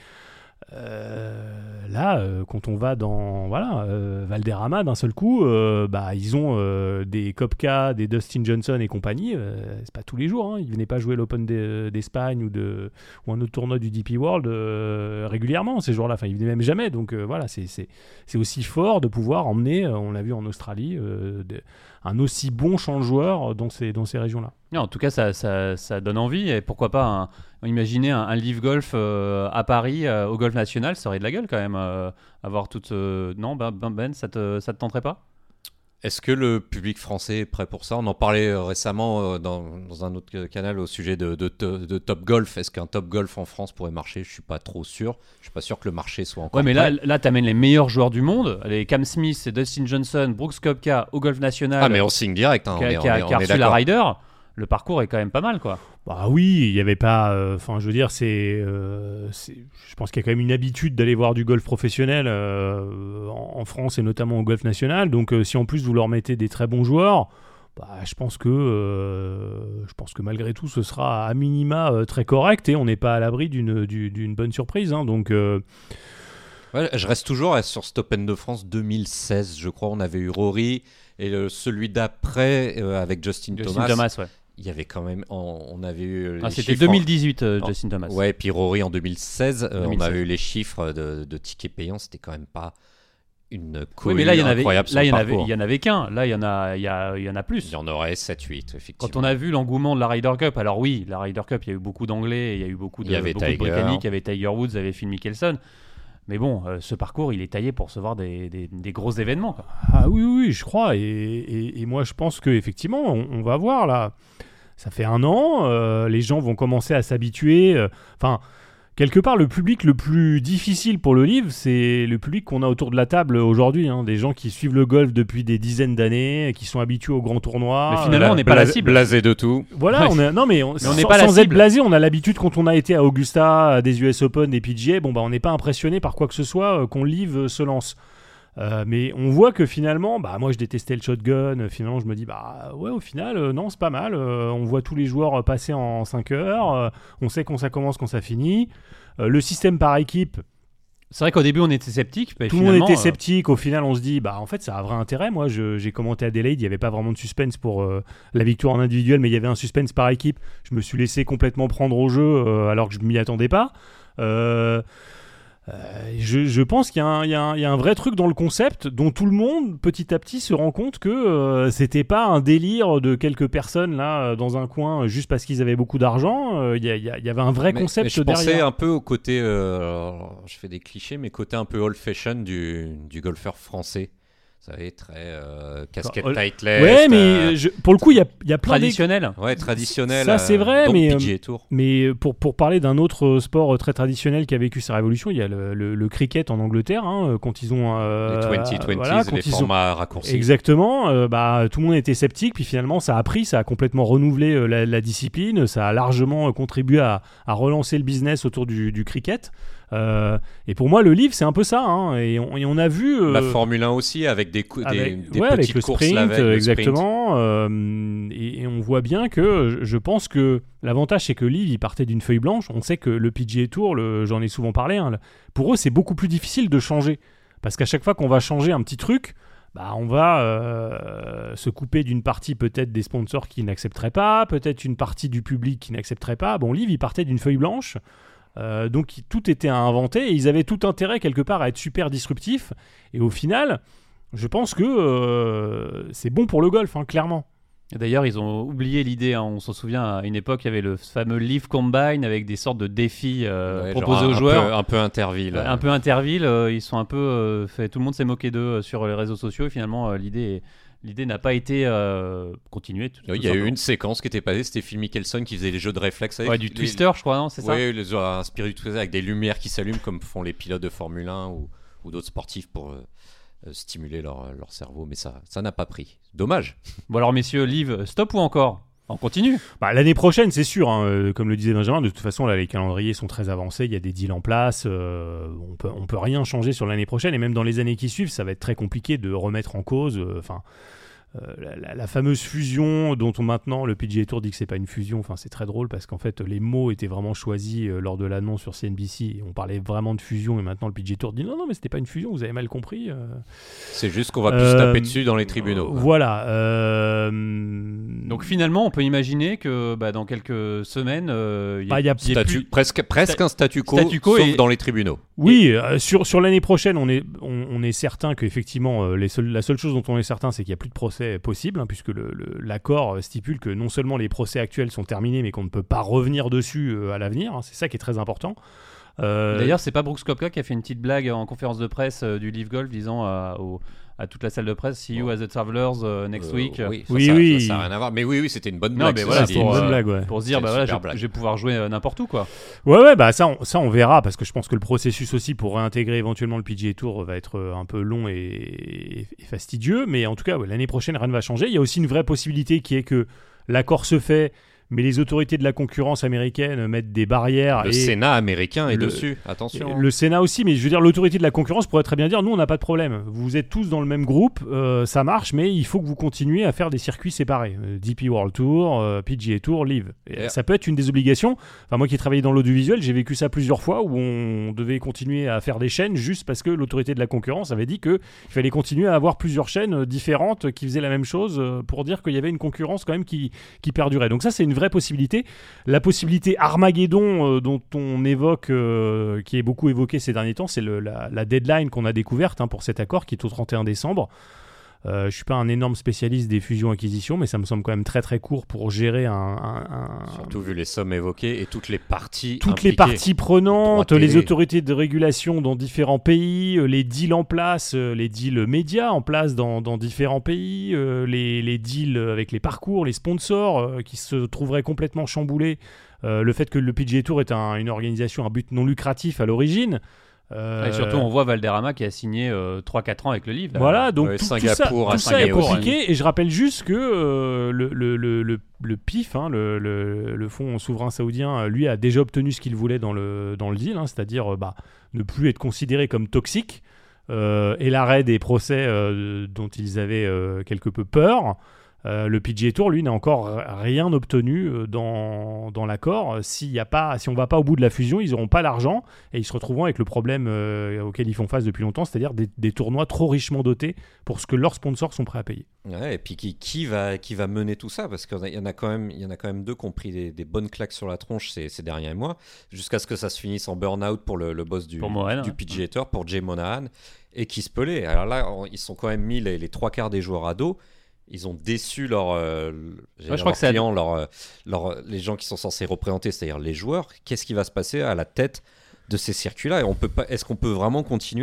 Euh, là, euh, quand on va dans voilà euh, Valderrama d'un seul coup, euh, bah ils ont euh, des Koepka, des Dustin Johnson et compagnie. Euh, c'est pas tous les jours. Hein, ils venaient pas jouer l'Open d'e- d'Espagne ou de ou un autre tournoi du D P World euh, régulièrement ces jours-là. Enfin, ils venaient même jamais. Donc euh, voilà, c'est c'est c'est aussi fort de pouvoir emmener. euh, on l'a vu en Australie, euh, de- un aussi bon champ de joueurs dans ces dans ces régions-là. Non, en tout cas, ça, ça, ça donne envie. Et pourquoi pas un, imaginer un, un Live Golf euh, à Paris, euh, au Golf National, ça aurait de la gueule quand même. euh, avoir toute. euh, Non, Ben, Ben, Ben, ça te, ça te tenterait pas? Est-ce que le public français est prêt pour ça? On en parlait euh, récemment euh, dans, dans un autre canal au sujet de, de, de, de Top Golf. Est-ce qu'un Top Golf en France pourrait marcher? Je suis pas trop sûr. Je suis pas sûr que le marché soit encore Ouais, mais là, prêt. là t'amènes les meilleurs joueurs du monde, les Cam Smith, et Dustin Johnson, Brooks Koepka au Golf National, Ah, mais on signe direct. Hein, qui on a, est, on qui a- est- qui a on est reçu la d'accord. Ryder. Le parcours est quand même pas mal, quoi. Bah oui, il y avait pas. Enfin, je veux dire, c'est, euh, c'est. Je pense qu'il y a quand même une habitude d'aller voir du golf professionnel euh, en, en France et notamment au golf national. Donc, euh, si en plus vous leur mettez des très bons joueurs, bah, je pense que, euh, je pense que malgré tout, ce sera à minima euh, très correct et on n'est pas à l'abri d'une, du- d'une bonne surprise. Hein. Donc, euh, Ouais, je reste toujours euh, sur cet Open de France deux mille seize, je crois. On avait eu Rory et le- celui d'après euh, avec Justin, Justin Thomas. Thomas, ouais. Il y avait quand même, on, on avait eu les Ah, c'était chiffres en- deux mille dix-huit, euh, en- Justin Thomas. Ouais, et puis Rory en deux mille seize, euh, on deux mille seize. avait eu les chiffres de, de tickets payants, c'était quand même pas une Oui, cohue mais là, il y en avait, incroyable sur là, il y le en avait, parcours. il y en avait qu'un. Là, il y en a, il y a, il y en a plus. Il y en aurait sept huit, effectivement. Quand on a vu l'engouement de la Ryder Cup, alors oui, la Ryder Cup, il y a eu beaucoup d'anglais, il y a eu beaucoup de, Il y avait beaucoup de Tiger. Britanniques, il y avait Tiger Woods, il y avait Phil Mickelson. Mais bon, euh, ce parcours, il est taillé pour recevoir des, des, des gros événements, quoi. ah oui, oui, oui, je crois. Et, et- et moi, je pense qu'effectivement, on, on va voir là. Ça fait un an, euh, les gens vont commencer à s'habituer. euh, Enfin, quelque part, le public le plus difficile pour le livre, c'est le public qu'on a autour de la table aujourd'hui. Hein, des gens qui suivent le golf depuis des dizaines d'années, qui sont habitués aux grands tournois. Mais finalement, Euh, on n'est pas la Blasé- cible. Blasé de tout. voilà, Ouais. on est, non mais, on, on sans, n'est pas la sans être cible. blasé, on a l'habitude quand on a été à Augusta, à des U S Open, des P G A, bon bah on n'est pas impressionné par quoi que ce soit euh, qu'on livre se lance. Euh, mais on voit que finalement, bah moi je détestais le shotgun. euh, Finalement, je me dis bah ouais, au final, euh, non, c'est pas mal. euh, on voit tous les joueurs euh, passer en cinq heures. euh, on sait quand ça commence, quand ça finit. Euh, le système par équipe, C'est vrai qu'au début, on était sceptiques. Mais tout le monde finalement, était euh, sceptique. Au final, on se dit bah en fait, ça a un vrai intérêt. Moi, je- j'ai commenté Adelaide, il n'y avait pas vraiment de suspense pour euh, la victoire en individuel, mais il y avait un suspense par équipe. Je me suis laissé complètement prendre au jeu euh, alors que je m'y attendais pas. Euh, Euh, je, je pense qu'il y a, un, il y a un- il y a un vrai truc dans le concept dont tout le monde petit à petit se rend compte que euh, c'était pas un délire de quelques personnes là euh, dans un coin euh, juste parce qu'ils avaient beaucoup d'argent. Euh, Il y, a- il y a- il y avait un vrai Mais- concept mais je derrière. pensais un peu au côté, euh, alors, je fais des clichés, mais côté un peu old fashion du, du golfeur français. Vous savez, très euh, casquette Bah, tightless. Ouais, mais euh, je, pour le coup, il y a, il y a plein d'ex- Traditionnel. ouais, traditionnel. Ça, c'est vrai, donc mais, P G A Tour. Mais pour, pour parler d'un autre sport très traditionnel qui a vécu sa révolution, il y a le, le, le cricket en Angleterre, hein, quand ils ont... Euh, Les vingt vingt, voilà, quand les ils ont- formats raccourcis. Exactement, euh, bah, tout le monde était sceptique, puis finalement ça a pris, ça a complètement renouvelé euh, la, la discipline, ça a largement euh, contribué à, à relancer le business autour du, du cricket. Euh, et pour moi, le livre, c'est un peu ça, hein, et, on, et on a vu... euh, La Formule un aussi, avec des, cou- avec, des, des ouais, petites avec le courses sprint, la veille, euh, le sprint. exactement. euh, et, et on voit bien que je, je pense que l'avantage, c'est que le livre, il partait d'une feuille blanche. On sait que le P G A Tour, le, j'en ai souvent parlé, hein, le- pour eux, c'est beaucoup plus difficile de changer. Parce qu'à chaque fois qu'on va changer un petit truc, bah, on va euh, se couper d'une partie peut-être des sponsors qui n'accepteraient pas, peut-être une partie du public qui n'accepterait pas. Bon, le livre, il partait d'une feuille blanche. Euh, donc il- tout était à inventer et ils avaient tout intérêt quelque part à être super disruptifs. Et au final, je pense que euh, c'est bon pour le golf, hein, clairement. Et d'ailleurs, ils ont oublié l'idée. Hein. On s'en souvient, à une époque, il y avait le fameux Leaf Combine avec des sortes de défis euh, Ouais, proposés genre aux un joueurs. Peu, un peu interville. Ouais, un peu interville. euh, ils sont un peu euh, fait. Tout le monde s'est moqué d'eux euh, sur les réseaux sociaux. Et finalement, euh, l'idée, est- l'idée n'a pas été euh, continuée. tout- Oui, tout il y a eu simplement. une séquence qui était passée, c'était Phil Mickelson qui faisait les jeux de réflexes avec Ouais, du les- Twister, je crois, non C'est ça. Oui, les a inspiré du Twister avec des lumières qui s'allument comme font les pilotes de Formule un ou, ou d'autres sportifs pour euh, euh, stimuler leur, leur cerveau, mais ça ça n'a pas pris. Dommage. Bon alors, messieurs, Liv, stop ou encore On continue. Bah, l'année prochaine, c'est sûr, hein, euh, comme le disait Benjamin, de toute façon, là, les calendriers sont très avancés, il y a des deals en place, euh, on peut, on peut rien changer sur l'année prochaine, et même dans les années qui suivent, ça va être très compliqué de remettre en cause. Enfin. Euh, la, la- la fameuse fusion dont on maintenant le P G A Tour dit que c'est pas une fusion, enfin c'est très drôle parce qu'en fait les mots étaient vraiment choisis euh, lors de l'annonce sur C N B C et on parlait vraiment de fusion et maintenant le P G A Tour dit non non mais c'était pas une fusion, vous avez mal compris. euh. C'est juste qu'on va plus Euh, se taper dessus dans les tribunaux. Euh, quoi. voilà. euh, Donc finalement, on peut imaginer que bah, dans quelques semaines, euh, il y a, Bah, il y a- il y ait Statu- plus- presque presque sta- un statu quo, statu quo sauf et- dans les tribunaux. Oui, euh, sur, sur l'année prochaine, on est, on, on est certain qu'effectivement, euh, les seuls- la seule chose dont on est certain, c'est qu'il n'y a plus de procès possible, hein, puisque le- le- l'accord euh, stipule que non seulement les procès actuels sont terminés, mais qu'on ne peut pas revenir dessus euh, à l'avenir. Hein, c'est ça qui est très important. Euh, D'ailleurs, c'est pas Brooks Koepka qui a fait une petite blague en conférence de presse euh, du Live Golf disant à, au- à toute la salle de presse "See you Bon. at the Travelers euh, next Euh, week" Oui, ça, Oui, ça, oui. ça, ça a rien à voir. Mais oui, oui, c'était une bonne Non, blague. mais ceci voilà, dit. c'est une pour, bonne euh, blague, ouais. pour se dire C'est bah une voilà, super je, blague. je vais pouvoir jouer euh, n'importe où quoi. Ouais, ouais, bah ça, on, ça on verra, parce que je pense que le processus aussi pour réintégrer éventuellement le P G A Tour va être euh, un peu long et, et- et fastidieux, mais en tout cas, ouais, l'année prochaine, rien ne va changer. Il y a aussi une vraie possibilité qui est que l'accord se fait, mais les autorités de la concurrence américaine mettent des barrières. Le et Sénat américain est le- dessus. Attention. Le Sénat aussi, mais je veux dire, l'autorité de la concurrence pourrait très bien dire nous, on n'a pas de problème. Vous êtes tous dans le même groupe, euh, ça marche, mais il faut que vous continuiez à faire des circuits séparés. Euh, D P World Tour, euh, P G A Tour, Live. Et Et- ça peut être une des obligations. Enfin, moi qui ai travaillé dans l'audiovisuel, j'ai vécu ça plusieurs fois où on devait continuer à faire des chaînes juste parce que l'autorité de la concurrence avait dit qu'il fallait continuer à avoir plusieurs chaînes euh, différentes qui faisaient la même chose euh, pour dire qu'il y avait une concurrence quand même qui, qui perdurait. Donc ça, c'est une vraie possibilité. La possibilité Armageddon euh, dont on évoque, euh, qui est beaucoup évoquée ces derniers temps, c'est le- la, la deadline qu'on a découverte hein, pour cet accord qui est au trente et un décembre. Euh, je ne suis pas un énorme spécialiste des fusions-acquisitions, mais ça me semble quand même très très court pour gérer un... un- un- Surtout vu les sommes évoquées et toutes les parties toutes les impliquées. parties prenantes, Droit les télé. autorités de régulation dans différents pays, euh, les deals en place, euh, les deals médias en place dans, dans différents pays, euh, les, les deals avec les parcours, les sponsors euh, qui se trouveraient complètement chamboulés, euh, le fait que le P G A Tour est un- une organisation à but non lucratif à l'origine. euh, Et surtout, on voit Valderrama qui a signé euh, trois quatre ans avec le Live. là. Voilà, donc Ouais, tout, tout Singapour ça, à tout ça est Singapour, compliqué. Et je rappelle juste que euh, le, le, le, le, le P I F, hein, le, le, le fonds souverain saoudien, lui a déjà obtenu ce qu'il voulait dans le, dans le deal, hein, c'est-à-dire euh, bah, ne plus être considéré comme toxique euh, et l'arrêt des procès euh, dont ils avaient euh, quelque peu peur. Euh, le P G A Tour, lui, n'a encore rien obtenu euh, dans, dans l'accord. S'il y a pas, si on ne va pas au bout de la fusion, ils n'auront pas l'argent et ils se retrouveront avec le problème euh, auquel ils font face depuis longtemps, c'est-à-dire des, des tournois trop richement dotés pour ce que leurs sponsors sont prêts à payer. Ouais, et puis qui, qui, va, qui va mener tout ça? Parce qu'il y en a quand même, il y en a quand même deux qui ont pris des, des bonnes claques sur la tronche ces, ces derniers mois, jusqu'à ce que ça se finisse en burn-out pour le, le boss du, Pour Mohan, du ouais. P G A Tour, pour Jay Monahan, et qui se pelait. Alors là, on- ils sont quand même mis les, les trois quarts des joueurs à dos. Ils ont déçu leurs euh, Ouais, je crois que c'est à- clients, leurs, euh, leurs- les gens qui sont censés représenter, c'est-à-dire les joueurs. Qu'est-ce qui va se passer à la tête de ces circuits-là? Et on peut pas, est-ce qu'on peut vraiment continuer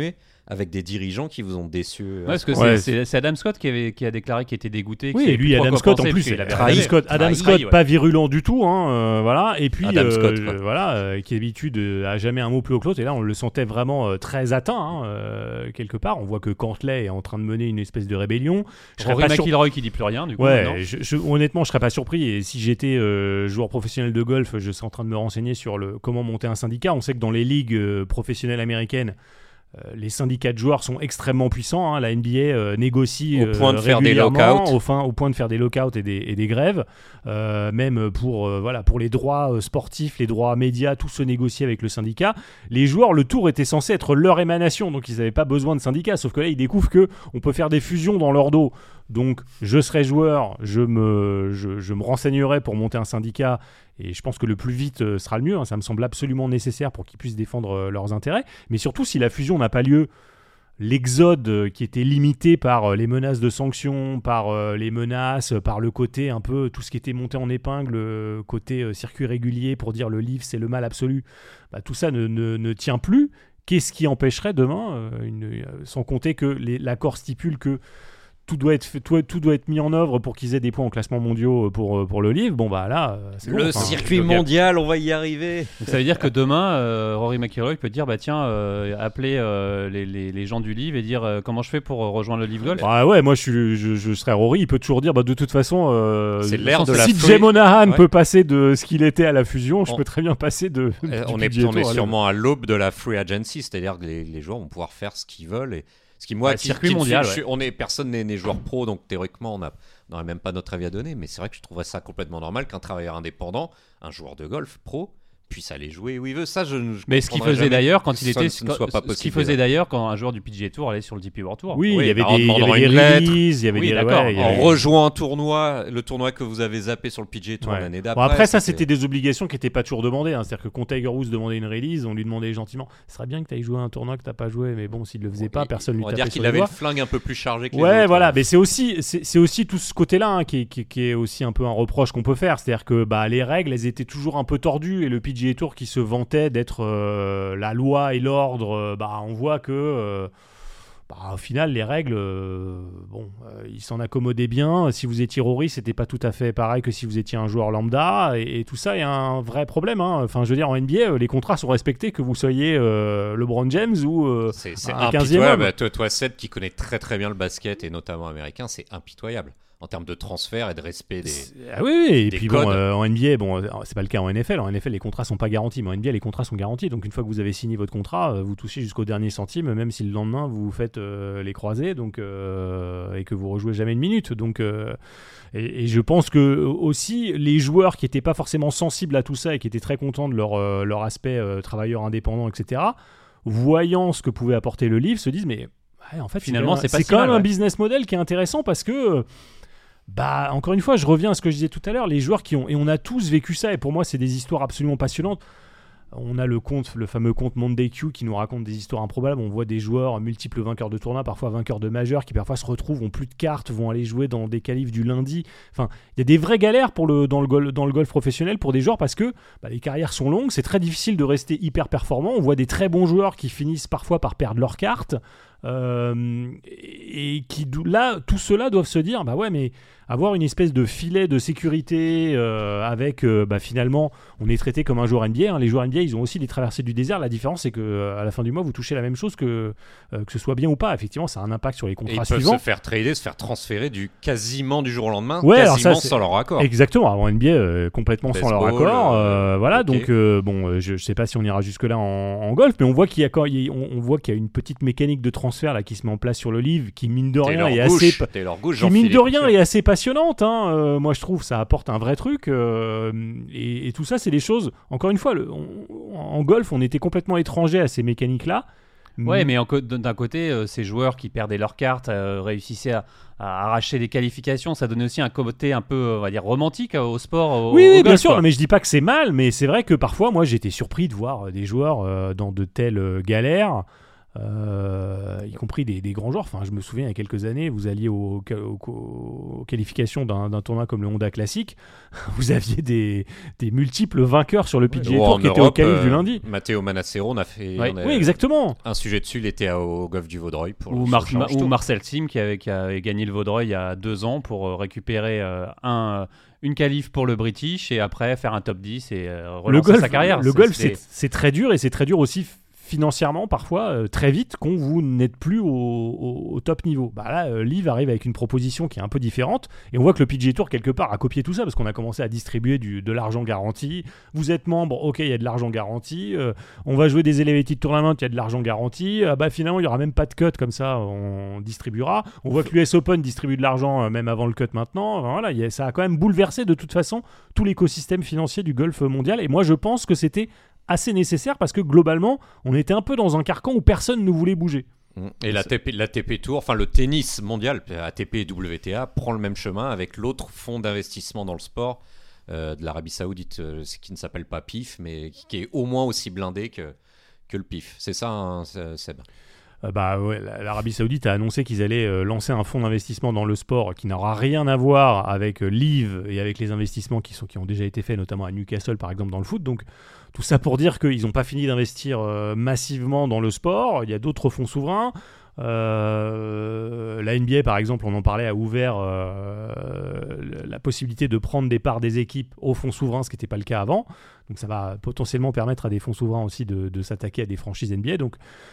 avec des dirigeants qui vous ont déçu. Ouais, parce que Ouais. c'est, c'est, c'est Adam Scott qui, avait, qui a déclaré qu'il était dégoûté. Oui, qu'il et lui, savait plus Adam trop quoi Scott, en penser, plus, parce qu'il avait Adam trahi. Scott, Adam trahi, Scott ouais. pas virulent du tout, hein, euh, voilà. Et puis, Adam euh, Scott, quoi. euh, voilà, euh, qui d'habitude euh, a jamais un mot plus haut que l'autre. Et là, on le sentait vraiment euh, très atteint, hein, euh, quelque part. On voit que Cantley est en train de mener une espèce de rébellion. Je serais Rory pas sur- McIlroy qui dit plus rien, du coup. Ouais, maintenant. je, je- honnêtement, je serais pas surpris. Et si j'étais euh, joueur professionnel de golf, je serais en train de me renseigner sur le, comment monter un syndicat. On sait que dans les ligues euh, professionnelles américaines, euh, les syndicats de joueurs sont extrêmement puissants. Hein. La N B A euh, négocie Au point de euh, faire des régulièrement, lockouts. au, fin, au point de faire des lockouts et des, et des grèves. Euh, même pour, euh, voilà, pour les droits euh, sportifs, les droits médias, tout se négocie avec le syndicat. Les joueurs, le tour était censé être leur émanation, donc ils n'avaient pas besoin de syndicat. Sauf que là, ils découvrent qu'on peut faire des fusions dans leur dos. Donc, je serai joueur, je me, je, je me renseignerai pour monter un syndicat, et je pense que le plus vite euh, sera le mieux. Hein. Ça me semble absolument nécessaire pour qu'ils puissent défendre euh, leurs intérêts. Mais surtout, si la fusion n'a pas lieu, l'exode euh, qui était limité par euh, les menaces de sanctions, par euh, les menaces, euh, par le côté un peu, tout ce qui était monté en épingle, euh, côté euh, circuit régulier pour dire le livre c'est le mal absolu, bah, tout ça ne, ne, ne tient plus. Qu'est-ce qui empêcherait demain, euh, une, euh, sans compter que les, l'accord stipule que tout doit être fait, tout, tout doit être mis en œuvre pour qu'ils aient des points en classement mondiaux pour, pour le livre. Bon bah là, c'est Le bon, enfin, circuit donc, mondial, on va y arriver. Donc ça veut dire que demain, euh, Rory McIlroy peut dire bah tiens, euh, appeler euh, les, les, les gens du livre et dire euh, comment je fais pour euh, rejoindre le Live Golf. bah ouais, moi je, suis, je, je serais Rory, il peut toujours dire bah de toute façon, euh, C'est l'ère de la si folie. Jay Monahan Ouais. peut passer de ce qu'il était à la fusion, je On- peux très bien passer de. Euh, du on est, P G A on est Tour à sûrement à l'aube de la free agency, c'est-à-dire que les, les joueurs vont pouvoir faire ce qu'ils veulent. Et ce qui, moi, Ouais, qui, circuit qui me mondial, suit, je ouais. suis- on est, personne n'est, n'est joueur pro, donc théoriquement, on a- on n'aurait même pas notre avis à donner. Mais c'est vrai que je trouverais ça complètement normal qu'un travailleur indépendant, un joueur de golf pro, puisse aller jouer où il veut. Ça, je, je Mais ce qu'il comprendrais faisait jamais d'ailleurs quand que il ça était, ne- ce ne soit pas ce qu'il possible, faisait déjà. d'ailleurs quand un joueur du P G A Tour allait sur le D P World Tour. Oui, Oui, il y avait en des, il y demandant avait des une lettre. releases, il y avait Oui, des. d'accord. ouais, il y En avait- rejoignant un tournoi, le tournoi que vous avez zappé sur le P G A Tour Ouais. l'année Bon, d'après. après, ça, c'était des obligations qui n'étaient pas toujours demandées. Hein. C'est-à-dire que quand Tiger Woods demandait une release, on lui demandait gentiment ce serait bien que tu ailles jouer à un tournoi que tu n'as pas joué, mais bon, s'il ne le faisait pas, Il- personne ne lui On va tapait dire sur qu'il les avait doigts. le flingue un peu plus chargé que les Ouais, autres. voilà, mais c'est aussi, c'est, c'est aussi tout ce côté-là hein, qui, est- qui, qui est aussi un peu un reproche qu'on peut faire. C'est-à-dire que bah, les règles, elles étaient toujours un peu tordues et le P G A Tour qui se vantait d'être euh, la loi et l'ordre, euh, bah, on voit que. euh, Bah, au final, les règles, euh, bon, euh, ils s'en accommodaient bien. Si vous étiez Rory, c'était pas tout à fait pareil que si vous étiez un joueur lambda. Et, et tout ça est un vrai problème. Hein. Enfin, je veux dire, en N B A, euh, les contrats sont respectés que vous soyez euh, LeBron James ou euh, C'est, c'est un quinzième impitoyable. homme. Toi, toi, Seb, qui connaît très très bien le basket et notamment américain, c'est impitoyable en termes de transfert et de respect des. C'est- Ah oui, oui. Et des puis codes. bon, euh, en N B A, bon, euh, c'est pas le cas en N F L. En N F L, les contrats sont pas garantis, mais en N B A, les contrats sont garantis. Donc une fois que vous avez signé votre contrat, euh, vous touchez jusqu'au dernier centime, même si le lendemain vous vous faites euh, les croisés, donc euh, et que vous rejouez jamais une minute. Donc euh, et, et je pense que euh, aussi les joueurs qui étaient pas forcément sensibles à tout ça et qui étaient très contents de leur euh, leur aspect euh, travailleur indépendant, et cetera. Voyant ce que pouvait apporter le livre, se disent mais ouais, en fait Finalement, c'est, c'est pas c'est si quand mal, même un ouais. business model qui est intéressant parce que bah, encore une fois, je reviens à ce que je disais tout à l'heure, les joueurs qui ont, et on a tous vécu ça, et pour moi, c'est des histoires absolument passionnantes. On a le conte, le fameux conte Monday Q qui nous raconte des histoires improbables. On voit des joueurs multiples vainqueurs de tournois, parfois vainqueurs de majeurs, qui parfois se retrouvent, ont plus de cartes, vont aller jouer dans des qualifs du lundi. Enfin, il y a des vraies galères pour le, dans, le gol, dans le golf professionnel pour des joueurs parce que bah, les carrières sont longues, c'est très difficile de rester hyper performant. On voit des très bons joueurs qui finissent parfois par perdre leurs cartes. Euh, et qui là tout cela doivent se dire bah ouais mais avoir une espèce de filet de sécurité euh, avec euh, bah finalement on est traité comme un joueur N B A hein. Les joueurs N B A ils ont aussi des traversées du désert, la différence c'est que euh, à la fin du mois vous touchez la même chose que euh, que ce soit bien ou pas. Effectivement ça a un impact sur les Et contrats ils peuvent suivants. se faire trader, se faire transférer du quasiment du jour au lendemain, Ouais, alors quasiment ça, c'est- sans leur accord. Exactement, avant N B A euh, complètement sans leur Baseball, accord. euh, euh, voilà, ok. donc euh, bon, euh, je, je sais pas si on ira jusque là en, en golf, mais on voit qu'il y a quand, il y a- on, on voit qu'il y a une petite mécanique de transfert là qui se met en place sur le livre, qui mine de rien Taylor est Gooch, assez, pa- Taylor Gooch, qui mine de Jean-Philippe rien Couture. est assez passionnante. Hein, euh, moi je trouve ça apporte un vrai truc euh, et, et tout ça c'est des choses. Encore une fois, le, on- en golf on était complètement étranger à ces mécaniques là. Ouais, mais en co- d'un côté, euh, ces joueurs qui perdaient leurs cartes euh, réussissaient à, à arracher des qualifications. Ça donnait aussi un côté un peu, euh, on va dire, romantique euh, au sport. Au, Oui, au oui, bien golf, sûr, quoi. mais je dis pas que c'est mal, mais c'est vrai que parfois, moi, j'étais surpris de voir euh, des joueurs euh, dans de telles euh, galères. Euh, y compris des, des grands joueurs. Enfin, je me souviens, il y a quelques années, vous alliez aux, aux, aux qualifications d'un, d'un tournoi comme le Honda Classic, vous aviez des, des multiples vainqueurs sur le P G A Ouais, Tour qui étaient au qualif euh, du lundi. Matteo Manassero, on a fait ouais. on a oui, exactement. Un sujet dessus, il était au golf du Vaudreuil. Pour ou, Mar- Ma- ou Marcel Sim qui avait, qui avait gagné le Vaudreuil il y a deux ans pour récupérer euh, un... une qualif pour le British et après faire un top dix et euh, relancer le golf, sa carrière. Le c'est, golf, c'est... C'est, c'est très dur et c'est très dur aussi financièrement parfois euh, très vite quand vous n'êtes plus au, au, au top niveau. Bah là, euh, Liv arrive avec une proposition qui est un peu différente et on voit que le P G A Tour quelque part a copié tout ça parce qu'on a commencé à distribuer du, de l'argent garanti. Vous êtes membre, ok, il y a de l'argent garanti. Euh, on va jouer des Elevated Tournament, il y a de l'argent garanti. Ah bah finalement, il y aura même pas de cut comme ça, on distribuera. On voit que l'U S Open distribue de l'argent euh, même avant le cut maintenant. Enfin, voilà, y a, ça a quand même bouleversé de toute façon tout l'écosystème financier du golf mondial et moi je pense que c'était assez nécessaire parce que globalement, on était un peu dans un carcan où personne ne voulait bouger. Et l'A T P, l'A T P Tour, enfin le tennis mondial, A T P et W T A, prend le même chemin avec l'autre fonds d'investissement dans le sport euh, de l'Arabie Saoudite, euh, qui ne s'appelle pas P I F, mais qui, qui est au moins aussi blindé que, que le P I F. C'est ça, hein, Seb ? Euh, bah ouais, l'Arabie Saoudite a annoncé qu'ils allaient euh, lancer un fonds d'investissement dans le sport qui n'aura rien à voir avec euh, Liv et avec les investissements qui, sont, qui ont déjà été faits, notamment à Newcastle par exemple dans le foot. Donc tout ça pour dire qu'ils n'ont pas fini d'investir euh, massivement dans le sport. Il y a d'autres fonds souverains. Euh, la N B A par exemple, on en parlait, a ouvert euh, la possibilité de prendre des parts des équipes aux fonds souverains, ce qui n'était pas le cas avant. Donc ça va potentiellement permettre à des fonds souverains aussi de, de s'attaquer à des franchises N B A. Donc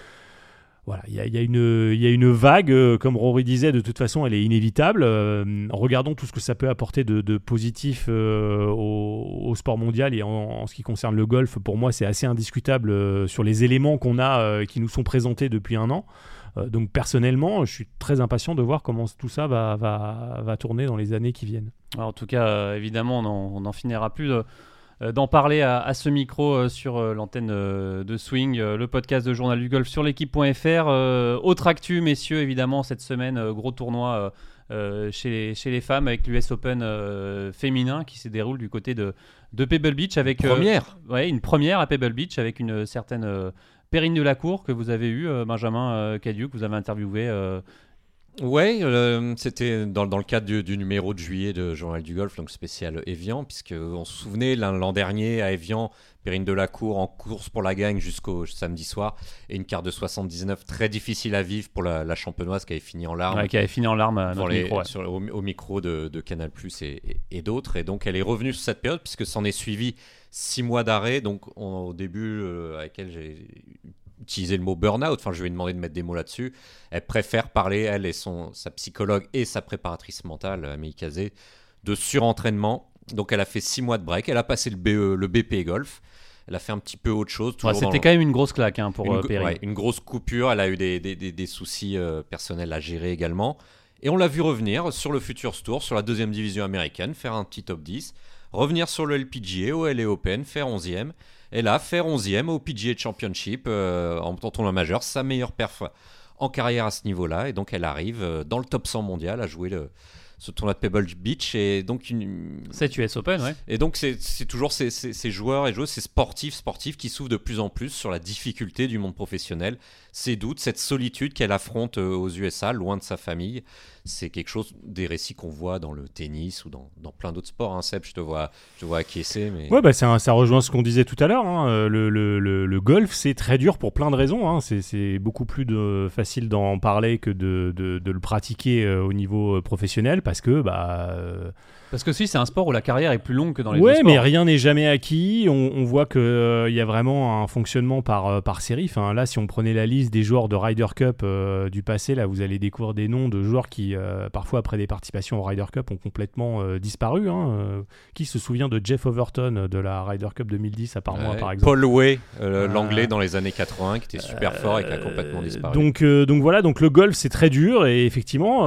voilà, il y, y, y a une vague, euh, comme Rory disait, de toute façon, elle est inévitable. Euh, regardons tout ce que ça peut apporter de, de positif euh, au, au sport mondial et en, en ce qui concerne le golf. Pour moi, c'est assez indiscutable euh, sur les éléments qu'on a, euh, qui nous sont présentés depuis un an. Euh, donc personnellement, je suis très impatient de voir comment tout ça va, va, va tourner dans les années qui viennent. Alors, en tout cas, euh, évidemment, on n'en finira plus de... d'en parler à, à ce micro euh, sur euh, l'antenne euh, de Swing, euh, le podcast de Journal du Golf sur l'équipe point F R. Euh, autre actu, messieurs, évidemment, cette semaine, euh, gros tournoi euh, euh, chez, les, chez les femmes avec l'U S Open euh, féminin qui se déroule du côté de, de Pebble Beach. Avec, première euh, ouais, une première à Pebble Beach avec une certaine euh, Perrine Delacour que vous avez eue, euh, Benjamin euh, Cadieux, que vous avez interviewé. Euh, Ouais, euh, c'était dans, dans le cadre du, du numéro de juillet de Journal du Golf, donc spécial Évian, puisqu'on se souvenait l'an, l'an dernier à Évian, Perrine Delacour en course pour la gagne jusqu'au samedi soir, et une carte de soixante-dix-neuf très difficile à vivre pour la, la champenoise qui avait fini en larmes. Ouais, qui avait fini en larmes à notre les, micro. Ouais. Sur, au, au micro de, de Canal plus, et, et, et d'autres, et donc elle est revenue sur cette période, puisque s'en est suivi six mois d'arrêt, donc on, au début, euh, avec elle, j'ai utiliser le mot burn-out, enfin je vais lui demander de mettre des mots là-dessus. Elle préfère parler, elle et son, sa psychologue et sa préparatrice mentale, Amélie Cazé, de surentraînement. Donc elle a fait six mois de break, elle a passé le, B E, le B P Golf, elle a fait un petit peu autre chose. Ouais, c'était quand même une grosse claque hein, pour une, euh, Perrine. Ouais, une grosse coupure, elle a eu des, des, des, des soucis euh, personnels à gérer également. Et on l'a vu revenir sur le Futures Tour, sur la deuxième division américaine, faire un petit top dix, revenir sur le L P G A, au L A Open, faire onzième. Et là, faire onzième au P G A Championship euh, en tournoi majeur, sa meilleure perf en carrière à ce niveau-là. Et donc, elle arrive euh, dans le top cent mondial à jouer le, ce tournoi de Pebble Beach. Et donc, une... c'est U S Open, ouais. Et donc, c'est, c'est toujours ces, ces, ces joueurs et joueuses, ces sportifs, sportifs qui souffrent de plus en plus sur la difficulté du monde professionnel. Ces doutes, cette solitude qu'elle affronte euh, aux U S A, loin de sa famille. C'est quelque chose, des récits qu'on voit dans le tennis ou dans, dans plein d'autres sports. Hein. Seb, je te vois, je te vois acquiescer. Mais... Ouais, bah, c'est un, ça rejoint ce qu'on disait tout à l'heure. Hein. Le, le, le, le golf, c'est très dur pour plein de raisons. Hein. C'est, c'est beaucoup plus de, facile d'en parler que de, de, de le pratiquer euh, au niveau professionnel parce que... Bah, euh... Parce que si, c'est un sport où la carrière est plus longue que dans les ouais, autres sports. Ouais, mais rien n'est jamais acquis. On, on voit qu'il euh, y a vraiment un fonctionnement par, euh, par série. Enfin, là, si on prenait la liste des joueurs de Ryder Cup euh, du passé, là, vous allez découvrir des noms de joueurs qui, euh, parfois, après des participations au Ryder Cup, ont complètement euh, disparu. Hein. Euh, qui se souvient de Jeff Overton de la Ryder Cup deux mille dix, à part ouais, moi, par exemple. Paul Way, euh, l'anglais euh, dans les années quatre-vingts, qui était super euh, fort et qui a complètement disparu. Donc, euh, donc voilà, donc le golf, c'est très dur. Et effectivement...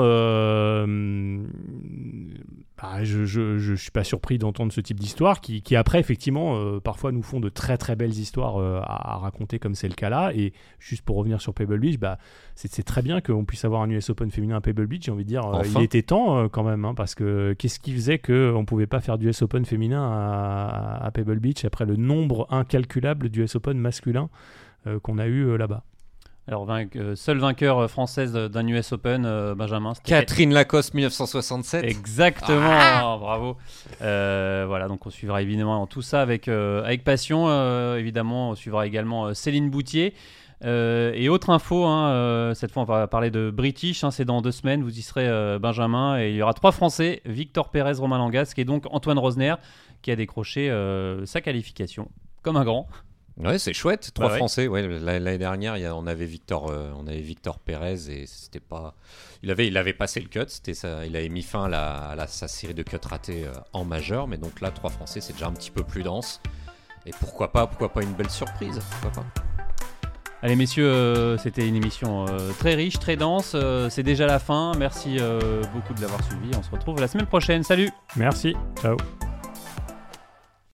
Euh, Bah, je, je, je suis pas surpris d'entendre ce type d'histoire qui, qui après effectivement euh, parfois nous font de très très belles histoires euh, à, à raconter comme c'est le cas là. Et juste pour revenir sur Pebble Beach, bah, c'est, c'est très bien qu'on puisse avoir un U S Open féminin à Pebble Beach. J'ai envie de dire euh, enfin. Il était temps euh, quand même hein, parce que qu'est-ce qui faisait qu'on pouvait pas faire du U S Open féminin à, à Pebble Beach après le nombre incalculable du U S Open masculin euh, qu'on a eu euh, là-bas. Alors, vainque, euh, seule vainqueur française d'un U S Open, euh, Benjamin. Catherine Lacoste, dix-neuf cent soixante-sept. Exactement, ah bravo. Euh, voilà, donc on suivra évidemment tout ça avec, euh, avec passion. Euh, évidemment, on suivra également euh, Céline Boutier. Euh, et autre info, hein, euh, cette fois on va parler de British, hein, c'est dans deux semaines, vous y serez euh, Benjamin, et il y aura trois Français, Victor Pérez, Romain Langasque et donc Antoine Rosner qui a décroché euh, sa qualification comme un grand. Ouais, c'est chouette, trois bah ouais. Français. Ouais, l'année dernière, il y a, on avait Victor, euh, on avait Victor Pérez et c'était pas, il avait, il avait passé le cut, c'était ça, il avait mis fin à, la, à la, sa série de cuts ratés euh, en majeur, mais donc là, trois Français, c'est déjà un petit peu plus dense. Et pourquoi pas, pourquoi pas une belle surprise, pourquoi pas. Allez messieurs, euh, c'était une émission euh, très riche, très dense, euh, c'est déjà la fin, merci euh, beaucoup de l'avoir suivi, on se retrouve la semaine prochaine, salut. Merci, ciao.